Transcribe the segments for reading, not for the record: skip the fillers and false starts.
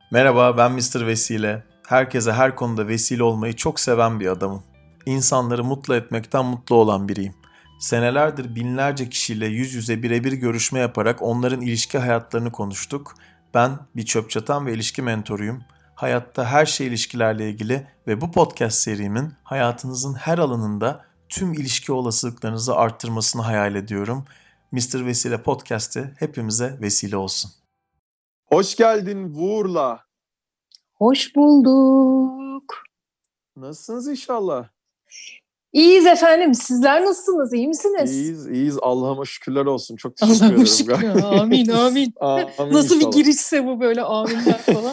Merhaba, ben Mr. Vesile. Herkese her konuda vesile olmayı çok seven bir adamım. İnsanları mutlu etmekten mutlu olan biriyim. Senelerdir binlerce kişiyle yüz yüze birebir görüşme yaparak onların ilişki hayatlarını konuştuk. Ben bir çöp çatan ve ilişki mentoruyum. Hayatta her şey ilişkilerle ilgili ve bu podcast serimin hayatınızın her alanında tüm ilişki olasılıklarınızı arttırmasını hayal ediyorum. Mr. Vesile Podcast'ı hepimize vesile olsun. Hoş geldin Vuğur'la. Hoş bulduk. Nasılsınız inşallah? İyiyiz efendim. Sizler nasılsınız? İyi misiniz? İyiyiz. Allah'ıma şükürler olsun. Çok teşekkür ederim. Allah'ıma şükür. Amin. Amin Nasıl inşallah. bir girişse bu böyle aminler falan.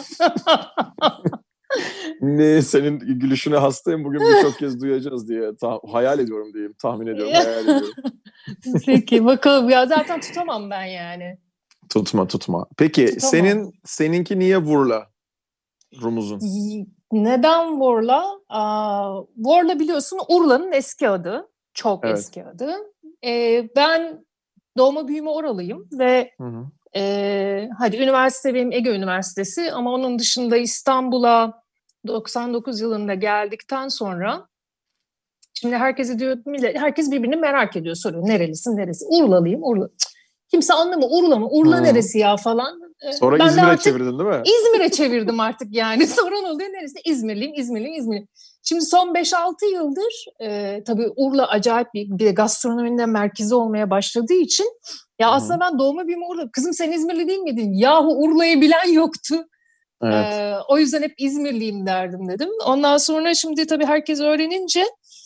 Ne, senin gülüşüne hastayım. Bugün birçok kez duyacağız diye hayal ediyorum diyeyim. Tahmin ediyorum, hayal ediyorum. Peki bakalım. Ya zaten tutamam ben yani. Tutma. Peki Tutamam. seninki niye Vuğur'la? Rumuzun. Neden Vorla? Vorla biliyorsun Urla'nın eski adı. Çok Evet. eski adı. Ben doğma büyüme oralıyım ve hadi üniversite benim Ege Üniversitesi ama onun dışında İstanbul'a 99 yılında geldikten sonra şimdi herkes birbirini merak ediyor, soruyor nerelisin neresi? Urlalıyım. Urla. Kimse anlamıyor. Urla mı? Urla neresi ya falan. Sonra ben İzmir'e çevirdin değil mi? İzmir'e çevirdim artık yani. Sorun oluyor neresi? İzmirliyim. Şimdi son 5-6 yıldır tabii Urla acayip bir de gastronominin de merkezi olmaya başladığı için ya aslında ben doğma büyüme Urla. Kızım sen İzmirli değil miydin? Yahu Urla'yı bilen yoktu. Evet. O yüzden hep İzmirliyim derdim dedim. Ondan sonra şimdi tabii herkes öğrenince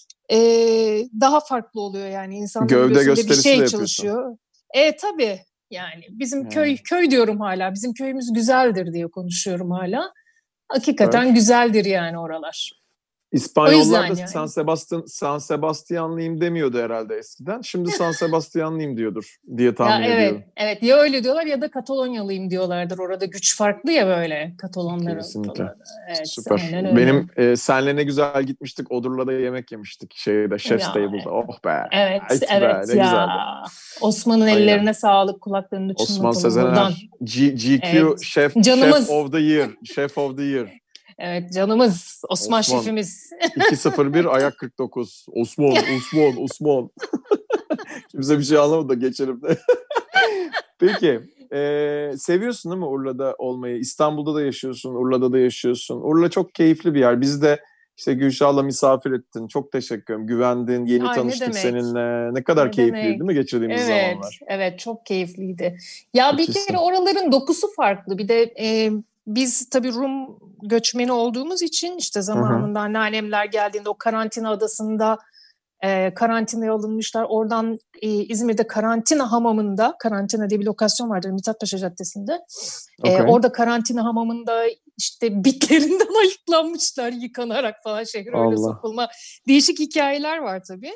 daha farklı oluyor yani. İnsanlar Gövde göğsünde bir şey de çalışıyor. Tabii yani bizim köy diyorum hala. Bizim köyümüz güzeldir diye konuşuyorum hala. Hakikaten güzeldir yani oralar. İspanyollar da yani. San Sebastianlıyım demiyordu herhalde eskiden. Şimdi San Sebastianlıyım diyordur diye tahmin ediyorum. Evet ya öyle diyorlar ya da Katalonyalıyım diyorlardır. Orada güç farklı ya böyle Katalonların. Kesinlikle. Evet, süper. Benim senle ne güzel gitmiştik. Odurla'da yemek yemiştik. Chef's Table'da. Oh be. Evet be, ne ya. güzeldi. Osman'ın ellerine sağlık, kulaklarını çınlatalım. Osman Sezener. GQ Chef of the Year. Evet canımız Osman şefimiz. 201 ayak 49. Osman. Kimse bir şey anlamadı da geçelim de. Peki. Seviyorsun değil mi Urla'da olmayı? İstanbul'da da yaşıyorsun, Urla'da da yaşıyorsun. Urla çok keyifli bir yer. Bizi de işte Gülşah'la misafir ettin. Çok teşekkür ederim. Güvendin, yeni tanıştık seninle. Ne kadar keyifliydi değil mi geçirdiğimiz zamanlar? Evet, çok keyifliydi. Ya bir kere oraların dokusu farklı. Bir de biz tabii Rum göçmeni olduğumuz için işte zamanında anneannemler geldiğinde o karantina adasında karantinaya alınmışlar. Oradan İzmir'de karantina hamamında, karantina diye bir lokasyon vardır Mithatpaşa Caddesi'nde. Orada karantina hamamında işte bitlerinden ayıklanmışlar yıkanarak falan şehre öyle sokulma. Değişik hikayeler var tabii.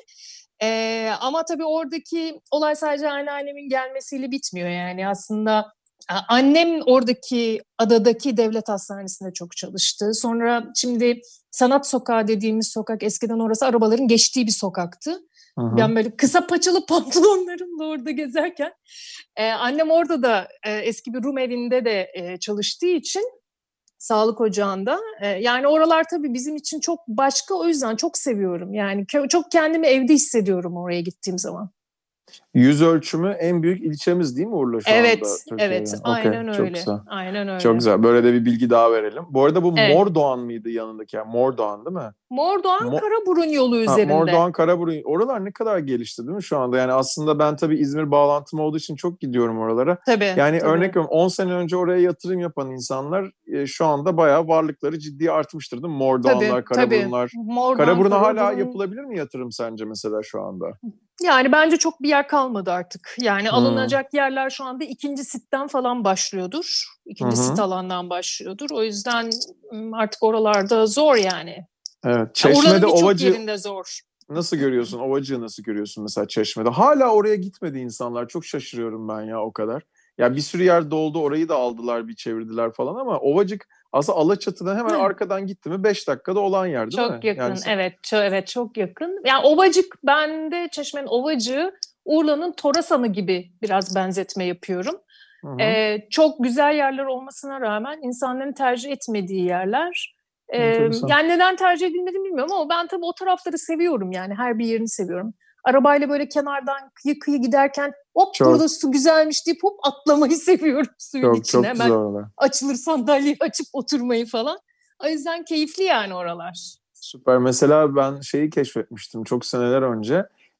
Ama tabii oradaki olay sadece anneannemin gelmesiyle bitmiyor yani aslında. Annem oradaki adadaki devlet hastanesinde çok çalıştı. Sonra şimdi Sanat Sokağı dediğimiz sokak eskiden orası arabaların geçtiği bir sokaktı. Ben böyle kısa paçalı pantolonlarımla orada gezerken annem orada da eski bir Rum evinde de çalıştığı için sağlık ocağında. Yani oralar tabii bizim için çok başka, o yüzden çok seviyorum. Yani çok kendimi evde hissediyorum oraya gittiğim zaman. Yüz ölçümü en büyük ilçemiz değil mi Urla şu anda Türkiye'de? Evet, aynen öyle. Çok güzel. Aynen öyle. Çok güzel. Böyle de bir bilgi daha verelim. Bu arada bu Mordoğan mıydı yanındaki? Yani Mordoğan değil mi? Mordoğan Karaburun yolu üzerinde. Mordoğan Karaburun. Oralar ne kadar gelişti değil mi şu anda? Yani aslında ben tabii İzmir bağlantım olduğu için çok gidiyorum oralara. Tabii. Örnek veriyorum 10 sene önce oraya yatırım yapan insanlar şu anda bayağı varlıkları ciddi artmıştır değil mi? Mordoğanlar, Karaburunlar. Karaburun'a hala yapılabilir mi yatırım sence mesela şu anda? Yani bence çok bir yer kalmadı artık. Yani alınacak yerler şu anda ikinci sitten falan başlıyordur. İkinci sit alandan başlıyordur. O yüzden artık oralarda zor yani. Evet. Çeşme'de Ovacı yerinde zor. Nasıl görüyorsun? Ovacı'yı nasıl görüyorsun mesela Çeşme'de? Hala oraya gitmedi insanlar. Çok şaşırıyorum ben ya o kadar. Ya bir sürü yer doldu. Orayı da aldılar, bir çevirdiler falan ama Ovacık aslında Alaçatı'dan hemen arkadan gitti mi 5 dakikada olan yer değil mi? Çok yakın. Evet, çok yakın. Yani Ovacık, ben de Çeşme'nin Ovacığı Urla'nın Torasan'ı gibi biraz benzetme yapıyorum. Çok güzel yerler olmasına rağmen insanların tercih etmediği yerler. Enteresan. Yani neden tercih edilmediğini bilmiyorum ama ben tabii o tarafları seviyorum yani her bir yerini seviyorum. Arabayla böyle kenardan kıyı giderken hop Çok. burada su güzelmiş deyip hop atlamayı seviyorum suyun içine. Çok Hemen güzel oralar. açılır sandalyeyi açıp oturmayı falan. O yüzden keyifli yani oralar. Süper. Mesela ben şeyi keşfetmiştim çok seneler önce.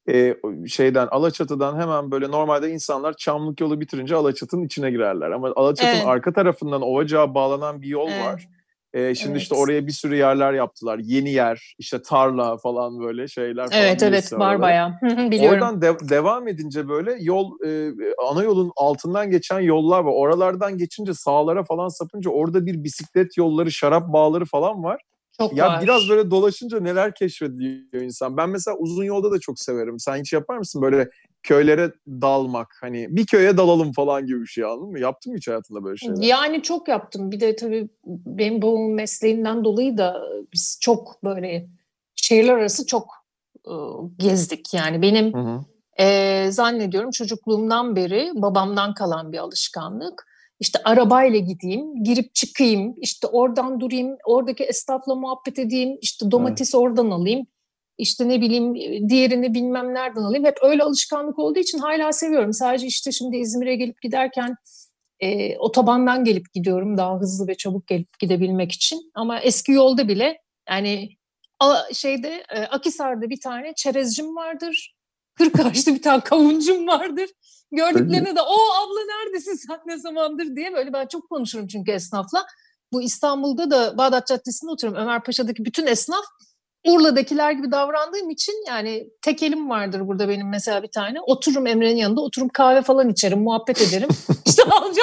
Alaçatı'dan hemen böyle normalde insanlar Çamlık yolu bitirince Alaçatı'nın içine girerler. Ama Alaçatı'nın arka tarafından Ovacık'a bağlanan bir yol var. Şimdi işte oraya bir sürü yerler yaptılar. Yeni yer, işte tarla falan böyle şeyler falan. Evet var bayağı. Biliyorum. Oradan devam edince böyle yol, ana yolun altından geçen yollar var. Oralardan geçince sağlara falan sapınca orada bir bisiklet yolları, şarap bağları falan var. Çok ya var. Biraz böyle dolaşınca neler keşfediyor insan. Ben mesela uzun yolda da çok severim. Sen hiç yapar mısın böyle köylere dalmak? Hani bir köye dalalım falan gibi bir şey, anladın mı? Yaptın mı hiç hayatında böyle şeyler? Yani çok yaptım. Bir de tabii benim babamın mesleğinden dolayı da biz çok böyle şehirler arası çok gezdik. Yani benim zannediyorum çocukluğumdan beri babamdan kalan bir alışkanlık. İşte arabayla gideyim, girip çıkayım, işte oradan durayım, oradaki esnafla muhabbet edeyim, işte domatesi oradan alayım, işte ne bileyim diğerini bilmem nereden alayım. Hep öyle alışkanlık olduğu için hala seviyorum. Sadece işte şimdi İzmir'e gelip giderken otobandan gelip gidiyorum daha hızlı ve çabuk gelip gidebilmek için. Ama eski yolda bile yani Akhisar'da bir tane çerezcim vardır. Kırkağaç'ta bir tane kavuncum vardır. Gördüklerine de o abla neredesin sen ne zamandır diye böyle ben çok konuşurum çünkü esnafla. Bu İstanbul'da da Bağdat Caddesi'nde oturuyorum. Ömerpaşa'daki bütün esnaf Urla'dakiler gibi davrandığım için yani tek elim vardır burada benim mesela bir tane. Otururum Emre'nin yanında, otururum kahve falan içerim, muhabbet ederim. İşte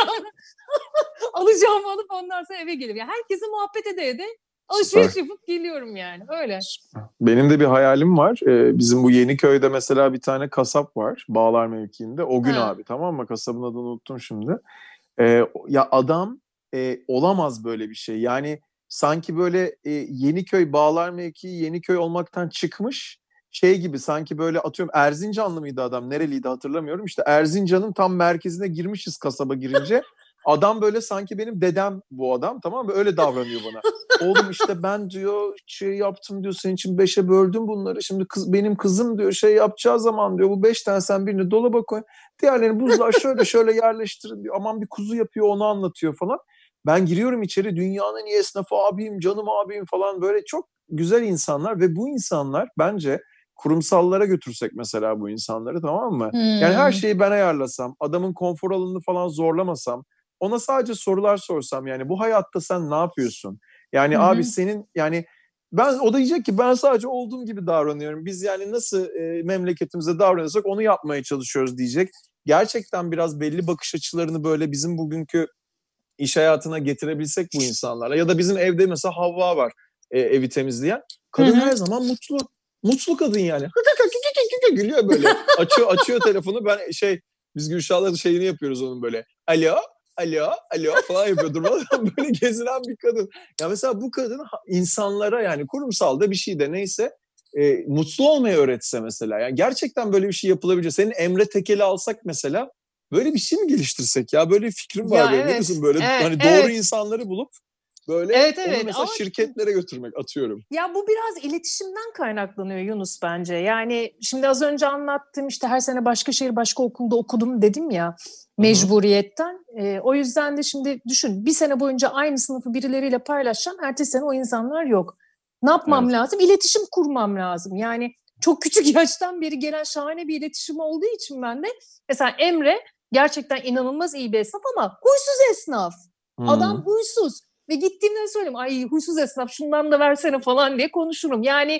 alacağımı alıp ondan sonra eve gelirim. Yani herkese muhabbet ede alışveriş yapıp geliyorum yani öyle. Benim de bir hayalim var. Bizim bu Yeniköy'de mesela bir tane kasap var. Bağlar mevkiinde. O gün abi, tamam mı? Kasabın adını unuttum şimdi. Ya adam olamaz böyle bir şey. Yani sanki böyle Yeniköy Bağlar mevkii Yeniköy olmaktan çıkmış şey gibi, sanki böyle atıyorum Erzincanlı mıydı adam, nereliydi hatırlamıyorum. İşte Erzincan'ın tam merkezine girmişiz kasaba girince. Adam böyle sanki benim dedem bu adam, tamam mı? Öyle davranıyor bana. Oğlum işte ben diyor şey yaptım diyor, senin için 5'e böldüm bunları. Şimdi benim kızım diyor şey yapacağı zaman diyor bu 5 tane sen birini dolaba koy. Diğerlerini buzluğa şöyle yerleştirin diyor. Aman bir kuzu yapıyor onu anlatıyor falan. Ben giriyorum içeri, dünyanın iyi esnafı abim, canım abim falan, böyle çok güzel insanlar ve bu insanlar bence kurumsallara götürsek mesela bu insanları, tamam mı? Yani her şeyi ben ayarlasam, adamın konfor alanını falan zorlamasam, ona sadece sorular sorsam, yani bu hayatta sen ne yapıyorsun? Yani abi senin yani o da diyecek ki ben sadece olduğum gibi davranıyorum. Biz yani nasıl memleketimize davranırsak onu yapmaya çalışıyoruz diyecek. Gerçekten biraz belli bakış açılarını böyle bizim bugünkü iş hayatına getirebilsek bu insanlarla, ya da bizim evde mesela Havva var evi temizleyen. Kadın her zaman mutlu. Mutlu kadın yani. Gülüyor böyle. Açıyor telefonu. Biz Gülşah'la şeyini yapıyoruz onun böyle. Alo falan yapıyor. Durmadan böyle gezinen bir kadın. Ya mesela bu kadın insanlara, yani kurumsalda bir şey de neyse mutlu olmayı öğretse mesela. Yani gerçekten böyle bir şey yapılabilir. Senin Emre Tekel'i alsak mesela, böyle bir şey mi geliştirsek ya? Böyle bir fikrim var benim. Ne diyorsun böyle? Hani doğru insanları bulup böyle onu mesela şirketlere götürmek, atıyorum. Ya bu biraz iletişimden kaynaklanıyor Yunus bence. Yani şimdi az önce anlattım işte her sene başka şehir başka okulda okudum dedim ya mecburiyetten. O yüzden de şimdi düşün bir sene boyunca aynı sınıfı birileriyle paylaşacağım. Ertesi sene o insanlar yok. Ne yapmam lazım? İletişim kurmam lazım. Yani çok küçük yaştan beri gelen şahane bir iletişim olduğu için ben de mesela Emre gerçekten inanılmaz iyi bir esnaf ama huysuz esnaf. Adam huysuz. Ve gittiğimde söyleyeyim ay huysuz esnaf şundan da versene falan diye konuşurum. Yani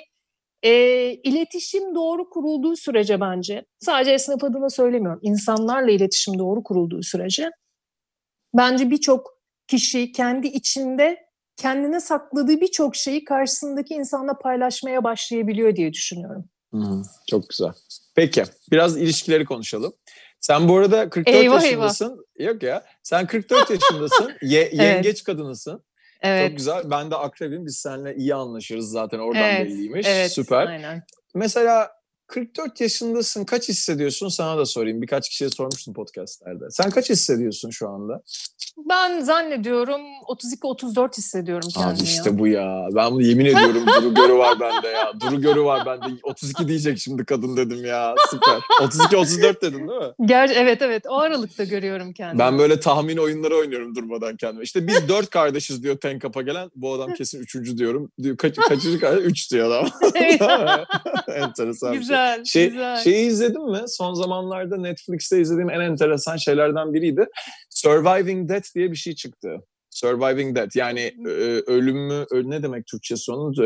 iletişim doğru kurulduğu sürece bence sadece esnaf adına söylemiyorum. İnsanlarla iletişim doğru kurulduğu sürece bence birçok kişi kendi içinde kendine sakladığı birçok şeyi karşısındaki insanla paylaşmaya başlayabiliyor diye düşünüyorum. Çok güzel. Peki biraz ilişkileri konuşalım. Sen bu arada 44 yaşındasın. Yok ya. Sen 44 yaşındasın. Yengeç kadınısın. Evet. Çok güzel. Ben de akrebim. Biz seninle iyi anlaşırız zaten. Oradan belliymiş. Süper. Aynen. Mesela 44 yaşındasın. Kaç hissediyorsun? Sana da sorayım. Birkaç kişiye sormuştum podcastlerde. Sen kaç hissediyorsun şu anda? Ben zannediyorum 32-34 hissediyorum kendimi. Abi işte bu ya. Ben bunu yemin ediyorum Duru görü var bende ya. Duru görü var bende. 32 diyecek şimdi kadın dedim ya. Süper. 32-34 dedin değil mi? Evet. O aralıkta görüyorum kendimi. Ben böyle tahmin oyunları oynuyorum durmadan kendime. İşte biz 4 kardeşiz diyor Tenkap'a gelen. Bu adam kesin 3. diyorum. Diyor, kaçıncı kardeş? 3 diyor adam. Enteresan güzel, bir şey. güzel. Şeyi izledin mi? Son zamanlarda Netflix'te izlediğim en enteresan şeylerden biriydi. Surviving Death diye bir şey çıktı. Surviving Death yani ölümü ne demek Türkçesi onun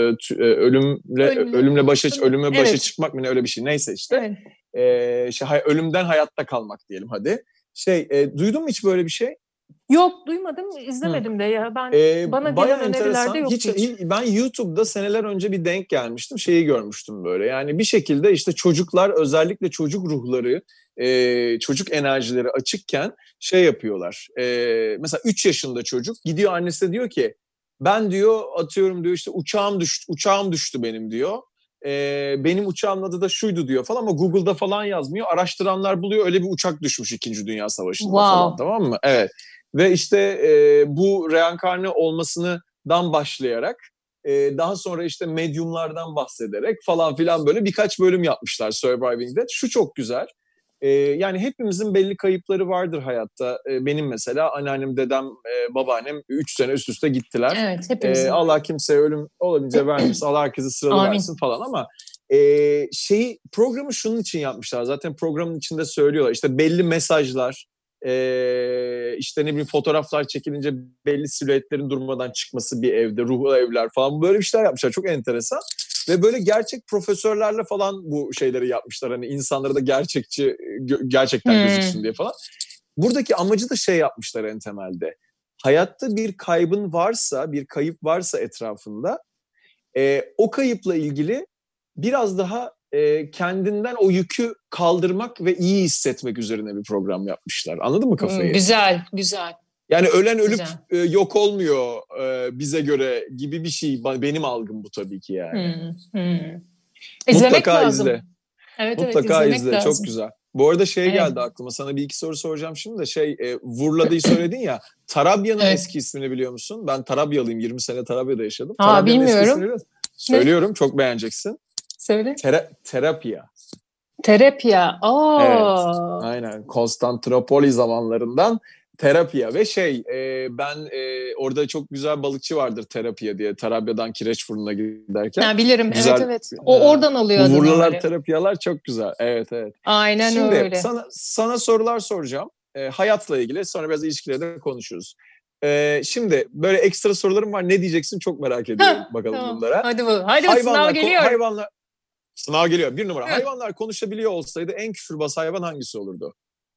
ölümle başa çıkmak mı ne öyle bir şey neyse işte. Evet. Ölümden hayatta kalmak diyelim hadi. Duydun mu hiç böyle bir şey? Yok duymadım, izlemedim de ya. Bana gelen önerilerde yok hiç. Ben YouTube'da seneler önce bir denk gelmiştim. Şeyi görmüştüm böyle. Yani bir şekilde işte çocuklar özellikle çocuk ruhları, çocuk enerjileri açıkken yapıyorlar. Mesela 3 yaşında çocuk gidiyor annesine diyor ki ben diyor atıyorum diyor işte uçağım düştü benim diyor. Benim uçağımın adı da şuydu diyor falan ama Google'da falan yazmıyor. Araştıranlar buluyor öyle bir uçak düşmüş 2. Dünya Savaşı'nda falan, tamam mı? Evet. Ve işte bu reenkarne olmasından başlayarak daha sonra işte medyumlardan bahsederek falan filan böyle birkaç bölüm yapmışlar Surviving Death. Şu çok güzel. Yani hepimizin belli kayıpları vardır hayatta. Benim mesela anneannem, dedem, babaannem 3 sene üst üste gittiler. Evet, hepimizin. Allah kimseye ölüm olabileceği vermesin. Allah herkese sıralı versin falan ama programı şunun için yapmışlar. Zaten programın içinde söylüyorlar. İşte belli mesajlar, işte ne bileyim fotoğraflar çekilince belli silüetlerin durmadan çıkması bir evde, ruhlu evler falan böyle bir şeyler yapmışlar. Çok enteresan. Ve böyle gerçek profesörlerle falan bu şeyleri yapmışlar. Hani insanlara da gerçekten gözüksün diye falan. Buradaki amacı da yapmışlar en temelde. Hayatta bir kaybın varsa, bir kayıp varsa etrafında o kayıpla ilgili biraz daha kendinden o yükü kaldırmak ve iyi hissetmek üzerine bir program yapmışlar. Anladın mı kafayı? Güzel. Yani ölen ölüp yok olmuyor bize göre gibi bir şey. Benim algım bu tabii ki yani. Mutlaka izle. Evet, mutlaka izle. Lazım. Çok güzel. Bu arada geldi aklıma. Sana bir iki soru soracağım şimdi de Vurla'dayı söyledin ya. Tarabya'nın eski ismini biliyor musun? Ben Tarabyalıyım. 20 sene Tarabya'da yaşadım. Tarabya'nın bilmiyorum. Eski ismini biliyor musun? Söylüyorum. Çok beğeneceksin. Söyle. Terapia. Terapia. Evet. Aynen. Konstantinopolis zamanlarından Terapia ve ben orada çok güzel balıkçı vardır Terapia diye. Tarabya'dan Kireçburnu'na giderken. Bilirim. Güzel, evet. O oradan alıyor adını. Vurlalar, Terapiyalar çok güzel. Evet. Aynen Şimdi, öyle. Şimdi sana sorular soracağım. Hayatla ilgili. Sonra biraz ilişkileri de konuşuruz. Şimdi böyle ekstra sorularım var. Ne diyeceksin çok merak ediyorum. Bakalım bunlara. Hadi sınav geliyor. Sınav geliyor. 1 numara. Hayvanlar konuşabiliyor olsaydı en küfürbaz hayvan hangisi olurdu?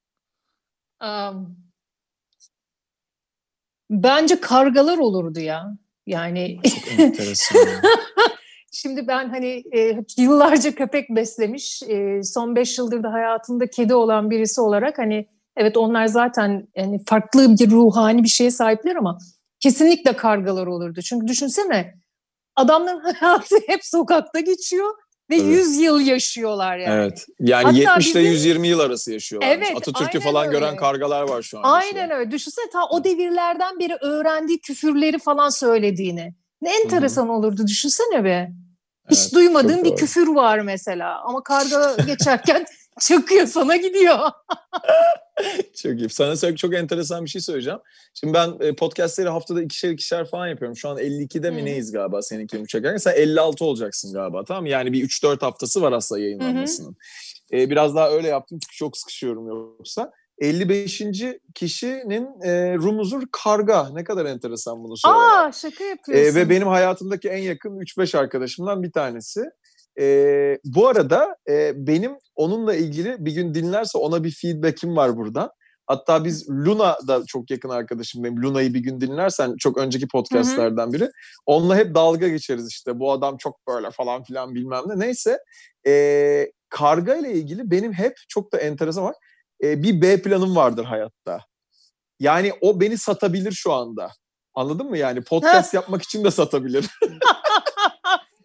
Bence kargalar olurdu ya. Yani çok enteresan. Şimdi ben yıllarca köpek beslemiş, son 5 yıldır da hayatında kedi olan birisi olarak evet onlar zaten farklı bir ruhani bir şeye sahipler ama kesinlikle kargalar olurdu. Çünkü düşünsene adamların hayatı hep sokakta geçiyor. Ve 100 yıl yaşıyorlar yani. Evet. Yani hatta 70 ile 120 yıl arası yaşıyorlar. Evet, Atatürk'ü falan öyle. Gören kargalar var şu an. Aynen öyle. Düşünsene o devirlerden beri öğrendiği küfürleri falan söylediğini. Ne enteresan olurdu düşünsene be. Hiç duymadığın bir küfür var mesela. Ama karga geçerken çakıyor sana gidiyor. Çok iyi. Sana çok enteresan bir şey söyleyeceğim. Şimdi ben podcastleri haftada ikişer falan yapıyorum. Şu an 52'de mi neyiz galiba seninki çekerken. Sen 56 olacaksın galiba, tamam mı? Yani bir 3-4 haftası var aslında yayınlanmasının. Biraz daha öyle yaptım çünkü çok sıkışıyorum yoksa. 55. kişinin rumuzur karga. Ne kadar enteresan bunu söylemek. Şaka yapıyorsun. Ve benim hayatımdaki en yakın 3-5 arkadaşımdan bir tanesi. Bu arada benim onunla ilgili bir gün dinlerse ona bir feedback'im var buradan. Hatta biz Luna da çok yakın arkadaşım benim. Luna'yı bir gün dinlersen çok önceki podcastlardan biri. Onunla hep dalga geçeriz işte. Bu adam çok böyle falan filan bilmem ne. Neyse karga ile ilgili benim hep çok da enteresan var. Bir B planım vardır hayatta. Yani o beni satabilir şu anda. Anladın mı yani? Podcast yapmak için de satabilir.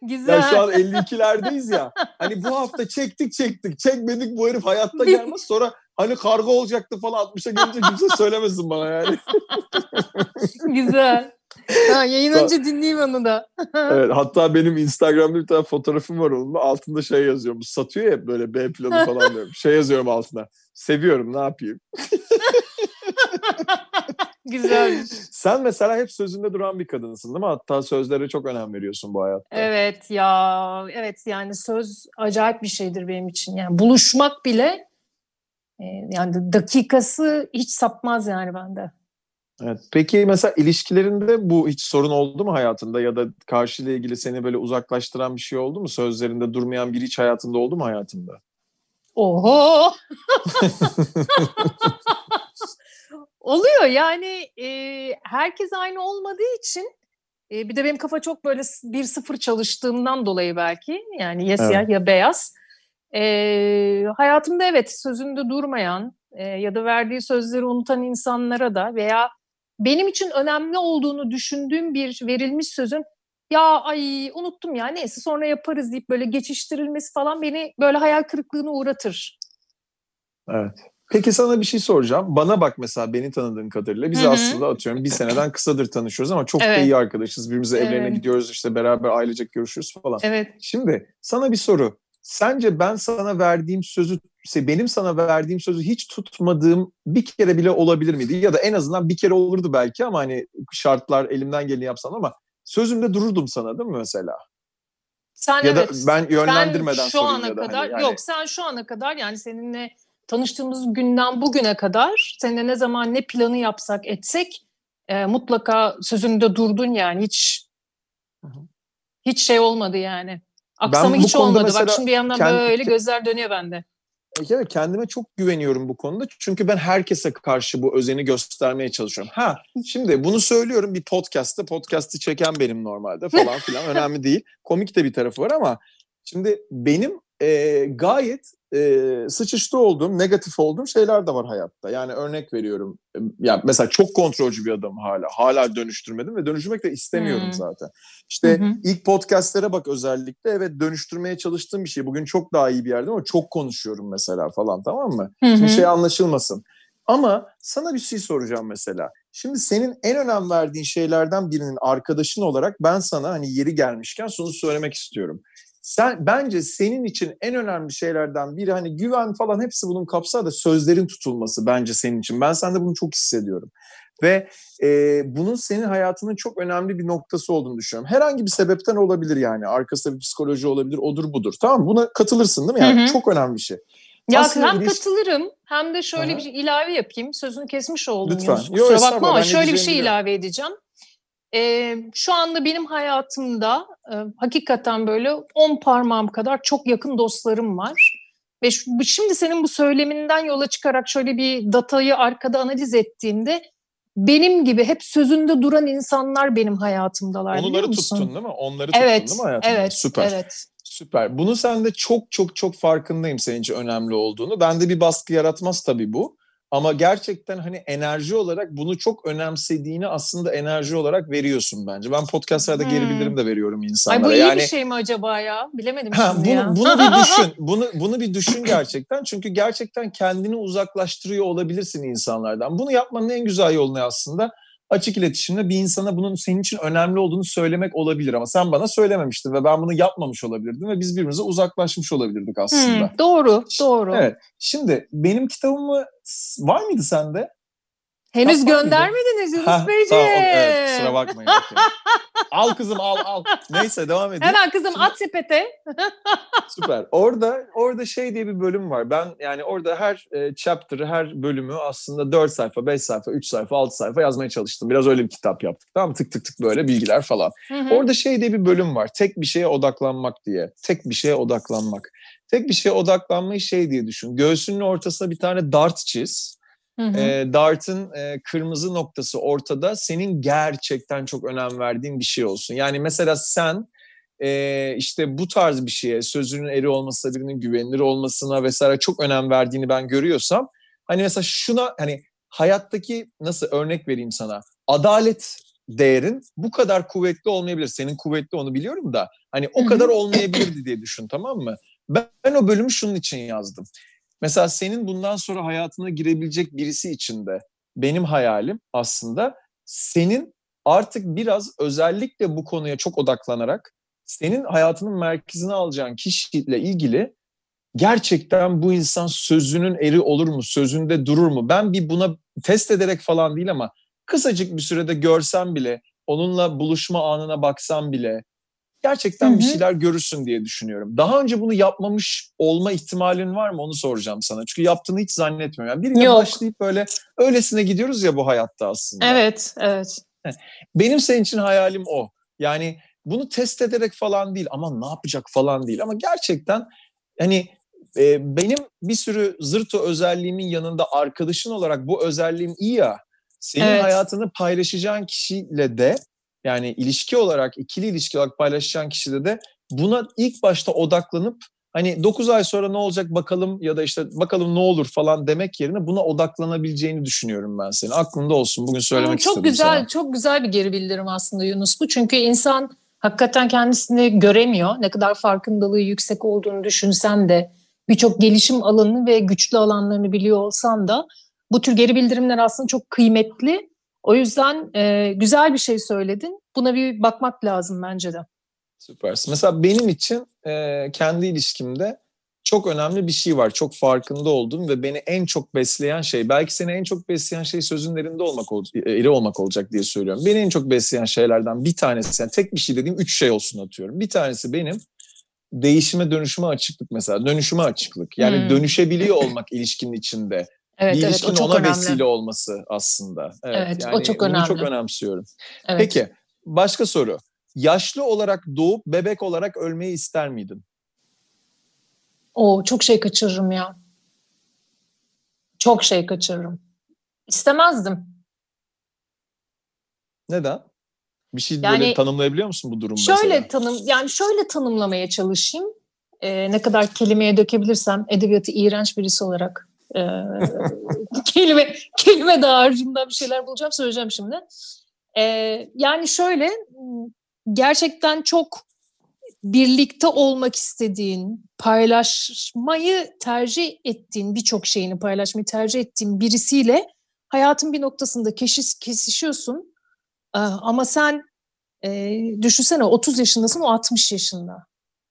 Güzel. Ya şu an 52'lerdeyiz ya. Hani bu hafta çektik. Çekmedik, bu herif hayatta gelmez. Sonra hani kargo olacaktı falan, 60'a gelince kimse söylemesin bana yani. Güzel. Ha, yayın önce dinleyeyim onu da. Evet, hatta benim Instagram'da bir tane fotoğrafım var onunla. Altında şey yazıyorum. Satıyor ya böyle B planı falan diyorum. Şey yazıyorum altına. Seviyorum, ne yapayım? Güzelmiş. Sen mesela hep sözünde duran bir kadınsın değil mi? Hatta sözlere çok önem veriyorsun bu hayatta. Evet ya. Evet, yani söz acayip bir şeydir benim için. Yani buluşmak bile yani dakikası hiç sapmaz yani bende. Evet. Peki mesela ilişkilerinde bu hiç sorun oldu mu hayatında, ya da karşıyla ilgili seni böyle uzaklaştıran bir şey oldu mu? Sözlerinde durmayan biri hiç hayatında oldu mu hayatında? Oho! Oluyor yani, herkes aynı olmadığı için bir de benim kafa çok böyle 1-0 çalıştığımdan dolayı belki, yani ya siyah Evet. ya beyaz. Hayatımda evet, sözünde durmayan ya da verdiği sözleri unutan insanlara da veya benim için önemli olduğunu düşündüğüm bir verilmiş sözün ya ay unuttum ya neyse sonra yaparız deyip böyle geçiştirilmesi falan beni böyle hayal kırıklığına uğratır. Evet. Peki sana bir şey soracağım. Bana bak, mesela beni tanıdığın kadarıyla biz Hı hı. aslında atıyorum bir seneden kısadır tanışıyoruz ama çok da Evet. iyi arkadaşız. Birbirimize evlerine Evet. gidiyoruz, işte beraber ailecek görüşürüz falan. Evet. Şimdi sana bir soru. Sence ben sana verdiğim sözü, benim sana verdiğim sözü hiç tutmadığım bir kere bile olabilir miydi? Ya da en azından bir kere olurdu belki, ama hani şartlar elimden geleni yapsam, ama sözümde dururdum sana değil mi mesela? Sen Ya da evet. ben yönlendirmeden Sen şu sorayım, ana ya da kadar hani yani. yok, sen şu ana kadar yani seninle tanıştığımız günden bugüne kadar seninle ne zaman ne planı yapsak etsek mutlaka sözünde durdun yani hiç şey olmadı yani. Aksama Ben bu hiç konuda olmadı. Bak mesela şimdi bir yandan böyle gözler dönüyor bende. evet, kendime çok güveniyorum bu konuda. Çünkü ben herkese karşı bu özeni göstermeye çalışıyorum. Ha, şimdi bunu söylüyorum bir podcast'ı çeken benim normalde falan filan, önemli değil. Komik de bir tarafı var ama şimdi benim gayet sıçışta olduğum, negatif olduğum şeyler de var hayatta. Yani örnek veriyorum. Ya mesela çok kontrolcü bir adamım hala. Hala dönüştürmedim ve dönüştürmek de istemiyorum zaten. İşte ilk podcastlere bak özellikle. Evet, dönüştürmeye çalıştığım bir şey. Bugün çok daha iyi bir yerdeyim ama çok konuşuyorum mesela falan, tamam mı? Şimdi şey anlaşılmasın. Ama sana bir şey soracağım mesela. Şimdi senin en önem verdiğin şeylerden birinin arkadaşın olarak ben sana hani yeri gelmişken şunu söylemek istiyorum. Bence senin için en önemli şeylerden biri, hani güven falan hepsi bunun kapsar da, sözlerin tutulması bence senin için. Ben sende bunu çok hissediyorum. Ve bunun senin hayatının çok önemli bir noktası olduğunu düşünüyorum. Herhangi bir sebepten olabilir yani. Arkasında bir psikoloji olabilir, odur budur. Tamam mı? Buna katılırsın değil mi? Yani çok önemli bir şey. Ya Aslında hem katılırım hem de şöyle Aha. bir şey ilave yapayım. Sözünü kesmiş oldum Lütfen. Yunus. Yok Kusura bakma estağfurullah, ama ben ne şöyle bir diyeceğimi şey biliyorum. ilave edeceğim. Şu anda benim hayatımda hakikaten böyle 10 parmağım kadar çok yakın dostlarım var. Ve şimdi senin bu söyleminden yola çıkarak şöyle bir datayı arkada analiz ettiğimde benim gibi hep sözünde duran insanlar benim hayatımdalar, biliyor Onları musun? tuttun değil mi? Onları tuttun Evet, değil mi hayatında? evet, Süper. evet. Süper. Bunu sende çok çok çok farkındayım senin için önemli olduğunu. Bende bir baskı yaratmaz tabii bu. Ama gerçekten hani enerji olarak bunu çok önemsediğini aslında enerji olarak veriyorsun bence. Ben podcastlarda geri bildirim de veriyorum Ay bu insanlara. iyi bir Yani şey mi acaba ya? Bilemedim şimdi ya. bunu bir düşün. Bunu bir düşün gerçekten. Çünkü gerçekten kendini uzaklaştırıyor olabilirsin insanlardan. Bunu yapmanın en güzel yolu ne aslında? Açık iletişimle bir insana bunun senin için önemli olduğunu söylemek olabilir, ama sen bana söylememiştin ve ben bunu yapmamış olabilirdim ve biz birbirimize uzaklaşmış olabilirdik aslında. Doğru, doğru. Evet. Şimdi benim kitabımı var mıydı sende? Henüz Kitap var mıydı? göndermediniz Yunus Tamam, evet, Beyciğim. kusura bakmayın. Okay. Al kızım, al. Neyse, devam edeyim. Hemen kızım Şimdi, at sepete. süper. Orada şey diye bir bölüm var. Ben yani orada her chapter'ı, her bölümü aslında 4 sayfa, 5 sayfa, 3 sayfa, 6 sayfa yazmaya çalıştım. Biraz öyle bir kitap yaptık. Tamam mı? Tık tık tık böyle bilgiler falan. Orada şey diye bir bölüm var. Tek bir şeye odaklanmak diye. Tek bir şeye odaklanmak. Tek bir şeye odaklanmayı şey diye düşün. Göğsünün ortasına bir tane dart çiz. Dart'ın kırmızı noktası ortada, senin gerçekten çok önem verdiğin bir şey olsun. Yani mesela sen işte bu tarz bir şeye, sözünün eri olmasına, birinin güvenilir olmasına vesaire çok önem verdiğini ben görüyorsam, hani mesela şuna, hani hayattaki, nasıl örnek vereyim sana, adalet değerin bu kadar kuvvetli olmayabilir. Senin kuvvetli, onu biliyorum da hani o kadar olmayabilirdi diye düşün, tamam mı? Ben o bölümü şunun için yazdım. Mesela senin bundan sonra hayatına girebilecek birisi için de benim hayalim aslında senin artık biraz özellikle bu konuya çok odaklanarak senin hayatının merkezine alacağın kişiyle ilgili gerçekten bu insan sözünün eri olur mu, sözünde durur mu? Ben bir buna test ederek falan değil ama kısacık bir sürede görsem bile, onunla buluşma anına baksam bile gerçekten bir şeyler görürsün diye düşünüyorum. Daha önce bunu yapmamış olma ihtimalin var mı, onu soracağım sana. Çünkü yaptığını hiç zannetmiyorum. Yani biriyle başlayıp böyle öylesine gidiyoruz ya bu hayatta aslında. Evet, evet. Benim senin için hayalim o. Yani bunu test ederek falan değil, ama ne yapacak falan değil. Ama gerçekten hani benim bir sürü zırto özelliğimin yanında arkadaşın olarak bu özelliğim iyi ya. Senin hayatını paylaşacağın kişiyle de, yani ilişki olarak, ikili ilişki olarak paylaşacağın kişide de buna ilk başta odaklanıp hani 9 ay sonra ne olacak bakalım ya da işte bakalım ne olur falan demek yerine buna odaklanabileceğini düşünüyorum ben senin. Aklında olsun, bugün söylemek istedim sana. Çok güzel bir geri bildirim aslında Yunus bu. Çünkü insan hakikaten kendisini göremiyor. Ne kadar farkındalığı yüksek olduğunu düşünsen de, birçok gelişim alanını ve güçlü alanlarını biliyor olsan da bu tür geri bildirimler aslında çok kıymetli. O yüzden güzel bir şey söyledin. Buna bir bakmak lazım bence de. Süpersin. Mesela benim için kendi ilişkimde çok önemli bir şey var. Çok farkında olduğum ve beni en çok besleyen şey, belki seni en çok besleyen şey sözün eri olmak olacak diye söylüyorum. Beni en çok besleyen şeylerden bir tanesi, yani tek bir şey dediğim 3 şey olsun atıyorum. Bir tanesi benim değişime, dönüşüme açıklık mesela. Dönüşüme açıklık. Yani dönüşebiliyor olmak ilişkinin içinde. Evet, bir ilişkinin ona önemli. vesile olması aslında. Evet, yani o çok bunu önemli. çok önemsiyorum. Evet. Peki, başka soru. Yaşlı olarak doğup bebek olarak ölmeyi ister miydin? Çok şey kaçırırım ya. Çok şey kaçırırım. İstemezdim. Neden? Bir şey Yani, böyle tanımlayabiliyor musun bu durumu mesela? Şöyle tanımlamaya çalışayım. Ne kadar kelimeye dökebilirsem, edebiyatı iğrenç birisi olarak kelime dağarcığımdan bir şeyler bulacağım, söyleyeceğim şimdi. Yani şöyle, gerçekten çok birlikte olmak istediğin, paylaşmayı tercih ettiğin, birçok şeyini paylaşmayı tercih ettiğin birisiyle hayatın bir noktasında kesişiyorsun. Ama sen düşünsene 30 yaşındasın, o 60 yaşında.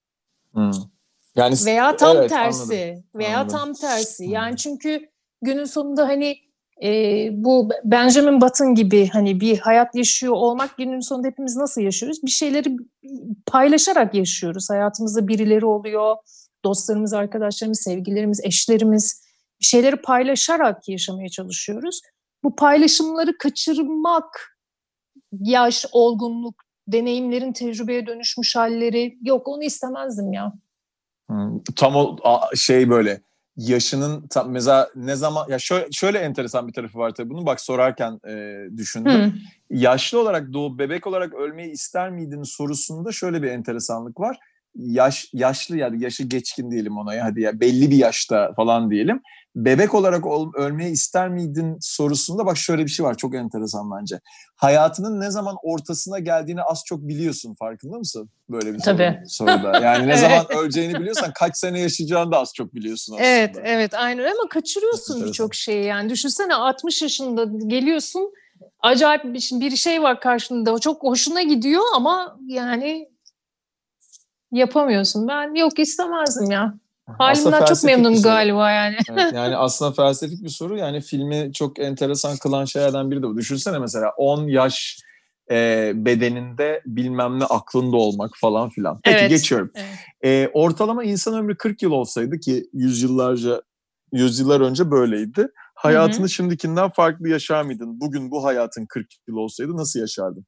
Yani Veya tam evet, tersi. Anladım. Tam tersi. Yani çünkü günün sonunda hani bu Benjamin Button gibi hani bir hayat yaşıyor olmak, günün sonunda hepimiz nasıl yaşıyoruz? Bir şeyleri paylaşarak yaşıyoruz. Hayatımızda birileri oluyor. Dostlarımız, arkadaşlarımız, sevgililerimiz, eşlerimiz. Bir şeyleri paylaşarak yaşamaya çalışıyoruz. Bu paylaşımları kaçırmak, yaş, olgunluk, deneyimlerin tecrübeye dönüşmüş halleri, yok, onu istemezdim ya. Tam o şey böyle yaşının tam mesela ne zaman ya şöyle enteresan bir tarafı var tabii bunun, bak sorarken düşündüm. Yaşlı olarak doğup bebek olarak ölmeyi ister miydin sorusunda şöyle bir enteresanlık var. Yaşlı, yani yaşı geçkin diyelim ona, hadi ya belli bir yaşta falan diyelim. Bebek olarak ölmeyi ister miydin sorusunda bak şöyle bir şey var, çok enteresan bence. Hayatının ne zaman ortasına geldiğini az çok biliyorsun, farkında mısın? Böyle bir soruda. Yani ne zaman öleceğini biliyorsan kaç sene yaşayacağını da az çok biliyorsun aslında. Evet, aynen, ama kaçırıyorsun birçok şeyi yani. Düşünsene 60 yaşında geliyorsun, acayip bir şey var karşında, çok hoşuna gidiyor ama yani yapamıyorsun. Ben yok, istemezdim ya. Halimden çok memnunum galiba yani. Evet, yani aslında felsefik bir soru. Yani filmi çok enteresan kılan şeylerden biri de bu. Düşünsene mesela 10 yaş bedeninde bilmem ne aklında olmak falan filan. Peki, geçiyorum. Evet. Ortalama insan ömrü 40 yıl olsaydı, ki yüzyıllar önce böyleydi. Hayatını şimdikinden farklı yaşar mıydın? Bugün bu hayatın 40 yıl olsaydı nasıl yaşardın?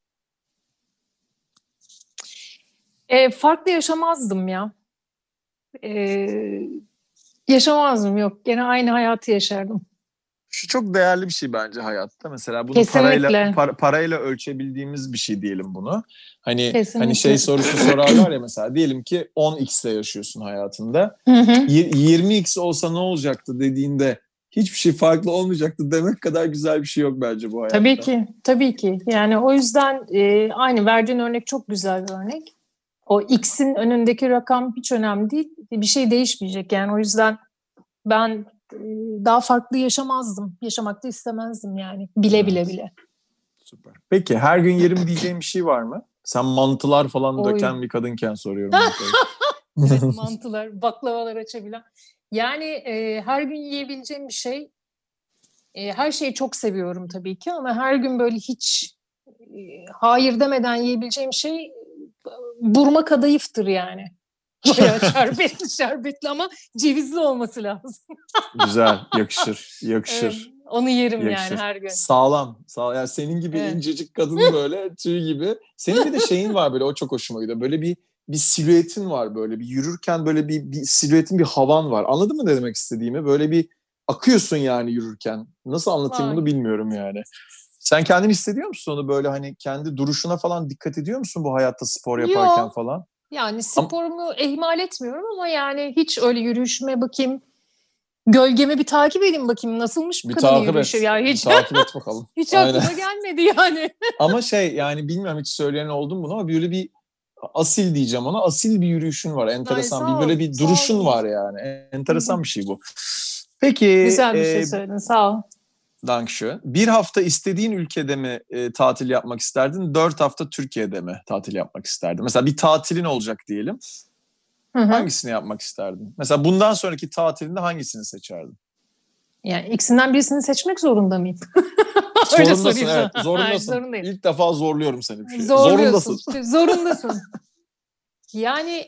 Farklı yaşamazdım ya. Yaşamazdım, yok. Gene aynı hayatı yaşardım. Şu çok değerli bir şey bence hayatta. Mesela bunu Kesinlikle. parayla ölçebildiğimiz bir şey diyelim bunu. Hani şey sorusu sorarlar ya, mesela diyelim ki 10x'le yaşıyorsun hayatında. 20x olsa ne olacaktı dediğinde hiçbir şey farklı olmayacaktı demek kadar güzel bir şey yok bence bu hayatta. Tabii ki. Yani o yüzden aynı verdiğin örnek çok güzel bir örnek. O X'in önündeki rakam hiç önemli değil. Bir şey değişmeyecek. Yani o yüzden ben daha farklı yaşamazdım. Yaşamak da istemezdim yani. Bile. Süper. Peki her gün yerim diyeceğin bir şey var mı? Sen mantılar falan döken bir kadınken soruyorum. Evet, mantılar, baklavalar açabilen. Yani her gün yiyebileceğim bir şey. Her şeyi çok seviyorum tabii ki ama her gün böyle hiç hayır demeden yiyebileceğim şey burma kadayıftır yani. Bayağı şerbetli ama cevizli olması lazım. Güzel, yakışır. Evet, onu yerim yakışır. yani her gün. Sağlam. Yani senin gibi incecik kadın böyle tüy gibi. Senin bir de şeyin var böyle, o çok hoşuma gidiyor. Böyle bir silüetin var böyle. Bir yürürken böyle bir silüetin, bir havan var. Anladın mı ne demek istediğimi? Böyle bir akıyorsun yani yürürken. Nasıl anlatayım bunu bilmiyorum yani. Sen kendini hissediyor musun onu böyle, hani kendi duruşuna falan dikkat ediyor musun bu hayatta spor yaparken falan? Yani sporumu ihmal etmiyorum ama yani hiç öyle yürüyüşüme bakayım, gölgemi bir takip edeyim bakayım nasılmış bu kadının yürüyüşü. Ya hiç takip et bakalım. Hiç aklıma gelmedi yani. Ama yani bilmiyorum hiç söyleyen oldu mu ama böyle bir asil diyeceğim ona. Asil bir yürüyüşün var. Enteresan. Böyle bir duruşun var yani. Enteresan bir şey bu. Peki. Güzel bir şey söyledin. Sağ ol. Dankeschön. Bir hafta istediğin ülkede mi tatil yapmak isterdin? 4 hafta Türkiye'de mi tatil yapmak isterdin? Mesela bir tatilin olacak diyelim. Hangisini yapmak isterdin? Mesela bundan sonraki tatilinde hangisini seçerdin? Yani ikisinden birisini seçmek zorunda mıyım? Zorundasın, evet. Zorundasın. İlk defa zorluyorum seni bir şey. Zorundasın. Yani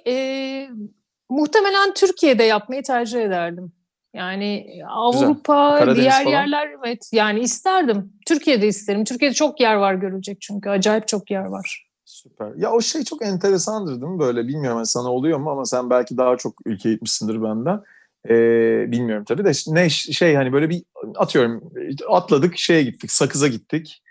muhtemelen Türkiye'de yapmayı tercih ederdim. Yani Avrupa, diğer yerler, evet. Yani isterdim. Türkiye'de isterim. Türkiye'de çok yer var görülecek çünkü. Acayip çok yer var. Süper. Ya o şey çok enteresandır değil mi böyle? Bilmiyorum sana oluyor mu ama sen belki daha çok ülkeye gitmişsindir benden. Bilmiyorum tabii de ne hani böyle bir atıyorum atladık şeye gittik, Sakız'a gittik.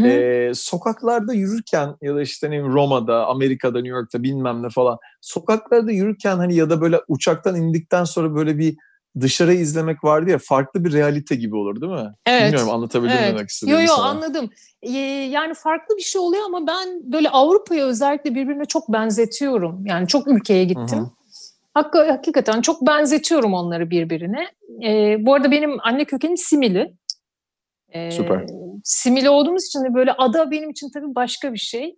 Sokaklarda yürürken ya da işte Roma'da, Amerika'da, New York'ta bilmem ne falan sokaklarda yürürken hani ya da böyle uçaktan indikten sonra böyle bir dışarıyı izlemek vardı ya, farklı bir realite gibi olur değil mi? Evet. Bilmiyorum anlatabildim mi demek istediğimi sana. Anladım. Yani farklı bir şey oluyor ama ben böyle Avrupa'ya özellikle birbirine çok benzetiyorum. Yani çok ülkeye gittim. Hakikaten çok benzetiyorum onları birbirine. Bu arada benim anne kökenim Simili. Süper. Simili olduğumuz için de böyle ada benim için tabii başka bir şey.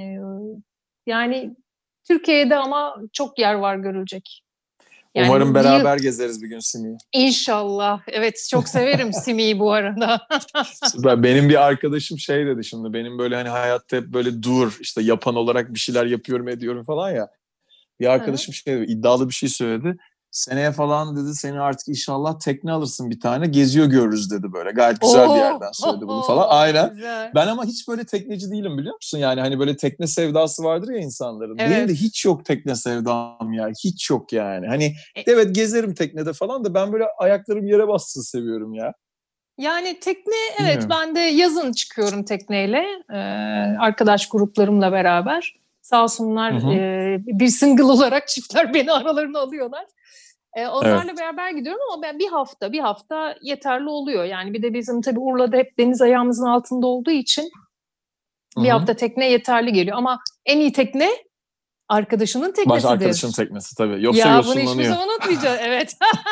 Yani Türkiye'de ama çok yer var görülecek. Yani umarım beraber gezeriz bir gün Simi'yi. İnşallah. Evet, çok severim Simi'yi bu arada. Süper. Benim bir arkadaşım şey dedi şimdi. Benim böyle hani hayatta hep böyle işte yapan olarak bir şeyler yapıyorum ediyorum falan ya. Bir arkadaşım şey dedi, iddialı bir şey söyledi. Seneye falan dedi seni artık inşallah tekne alırsın bir tane. Geziyor görürüz dedi böyle. Gayet güzel bir yerden söyledi bunu falan. Aynen. Güzel. Ben ama hiç böyle tekneci değilim biliyor musun? Yani hani böyle tekne sevdası vardır ya insanların. Evet. Benim de hiç yok tekne sevdam ya. Hiç yok yani. Hani evet gezerim teknede falan da ben böyle ayaklarım yere bassın seviyorum ya. Yani tekne evet ben de yazın çıkıyorum tekneyle. Arkadaş gruplarımla beraber. Sağ olsunlar bir single olarak çiftler beni aralarına alıyorlar. Onlarla beraber gidiyorum ama ben bir hafta yeterli oluyor. Yani bir de bizim tabii Urla'da hep deniz ayağımızın altında olduğu için bir hafta tekne yeterli geliyor. Ama en iyi tekne arkadaşının teknesidir. Baş arkadaşının teknesi tabii. Yoksa yosunlanıyor. Ya bunu hiçbir zaman unutmayacağız. Evet.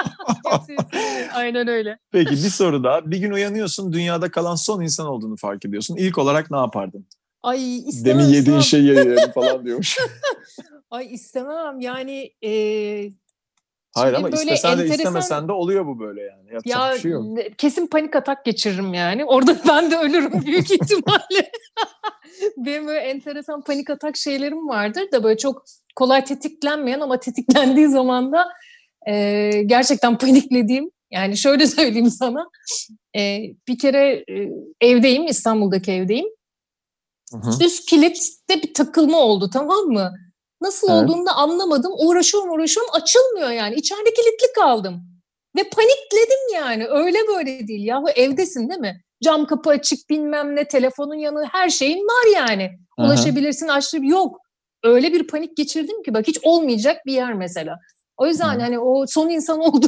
Aynen öyle. Peki bir soru daha. Bir gün uyanıyorsun, dünyada kalan son insan olduğunu fark ediyorsun. İlk olarak ne yapardın? Ay istemem. Demin yediğin şeyi yerim falan diyormuş. Ay istemem yani. Hayır ama istesen de istemesen de oluyor bu böyle yani. Yapacak bir şey yok. Kesin panik atak geçiririm yani. Orada ben de ölürüm büyük ihtimalle. Benim böyle enteresan panik atak şeylerim vardır da böyle çok kolay tetiklenmeyen ama tetiklendiği zaman da gerçekten paniklediğim. Yani şöyle söyleyeyim sana. Bir kere evdeyim, İstanbul'daki evdeyim. Üst kilitte bir takılma oldu, tamam mı? Nasıl olduğunu da anlamadım. Uğraşıyorum açılmıyor yani. İçeride kilitli kaldım. Ve panikledim yani. Öyle böyle değil. Yahu evdesin değil mi? Cam kapı açık bilmem ne, telefonun yanı, her şeyin var yani. Ulaşabilirsin, yok. Öyle bir panik geçirdim ki bak hiç olmayacak bir yer mesela. O yüzden hani o son insan olduğumu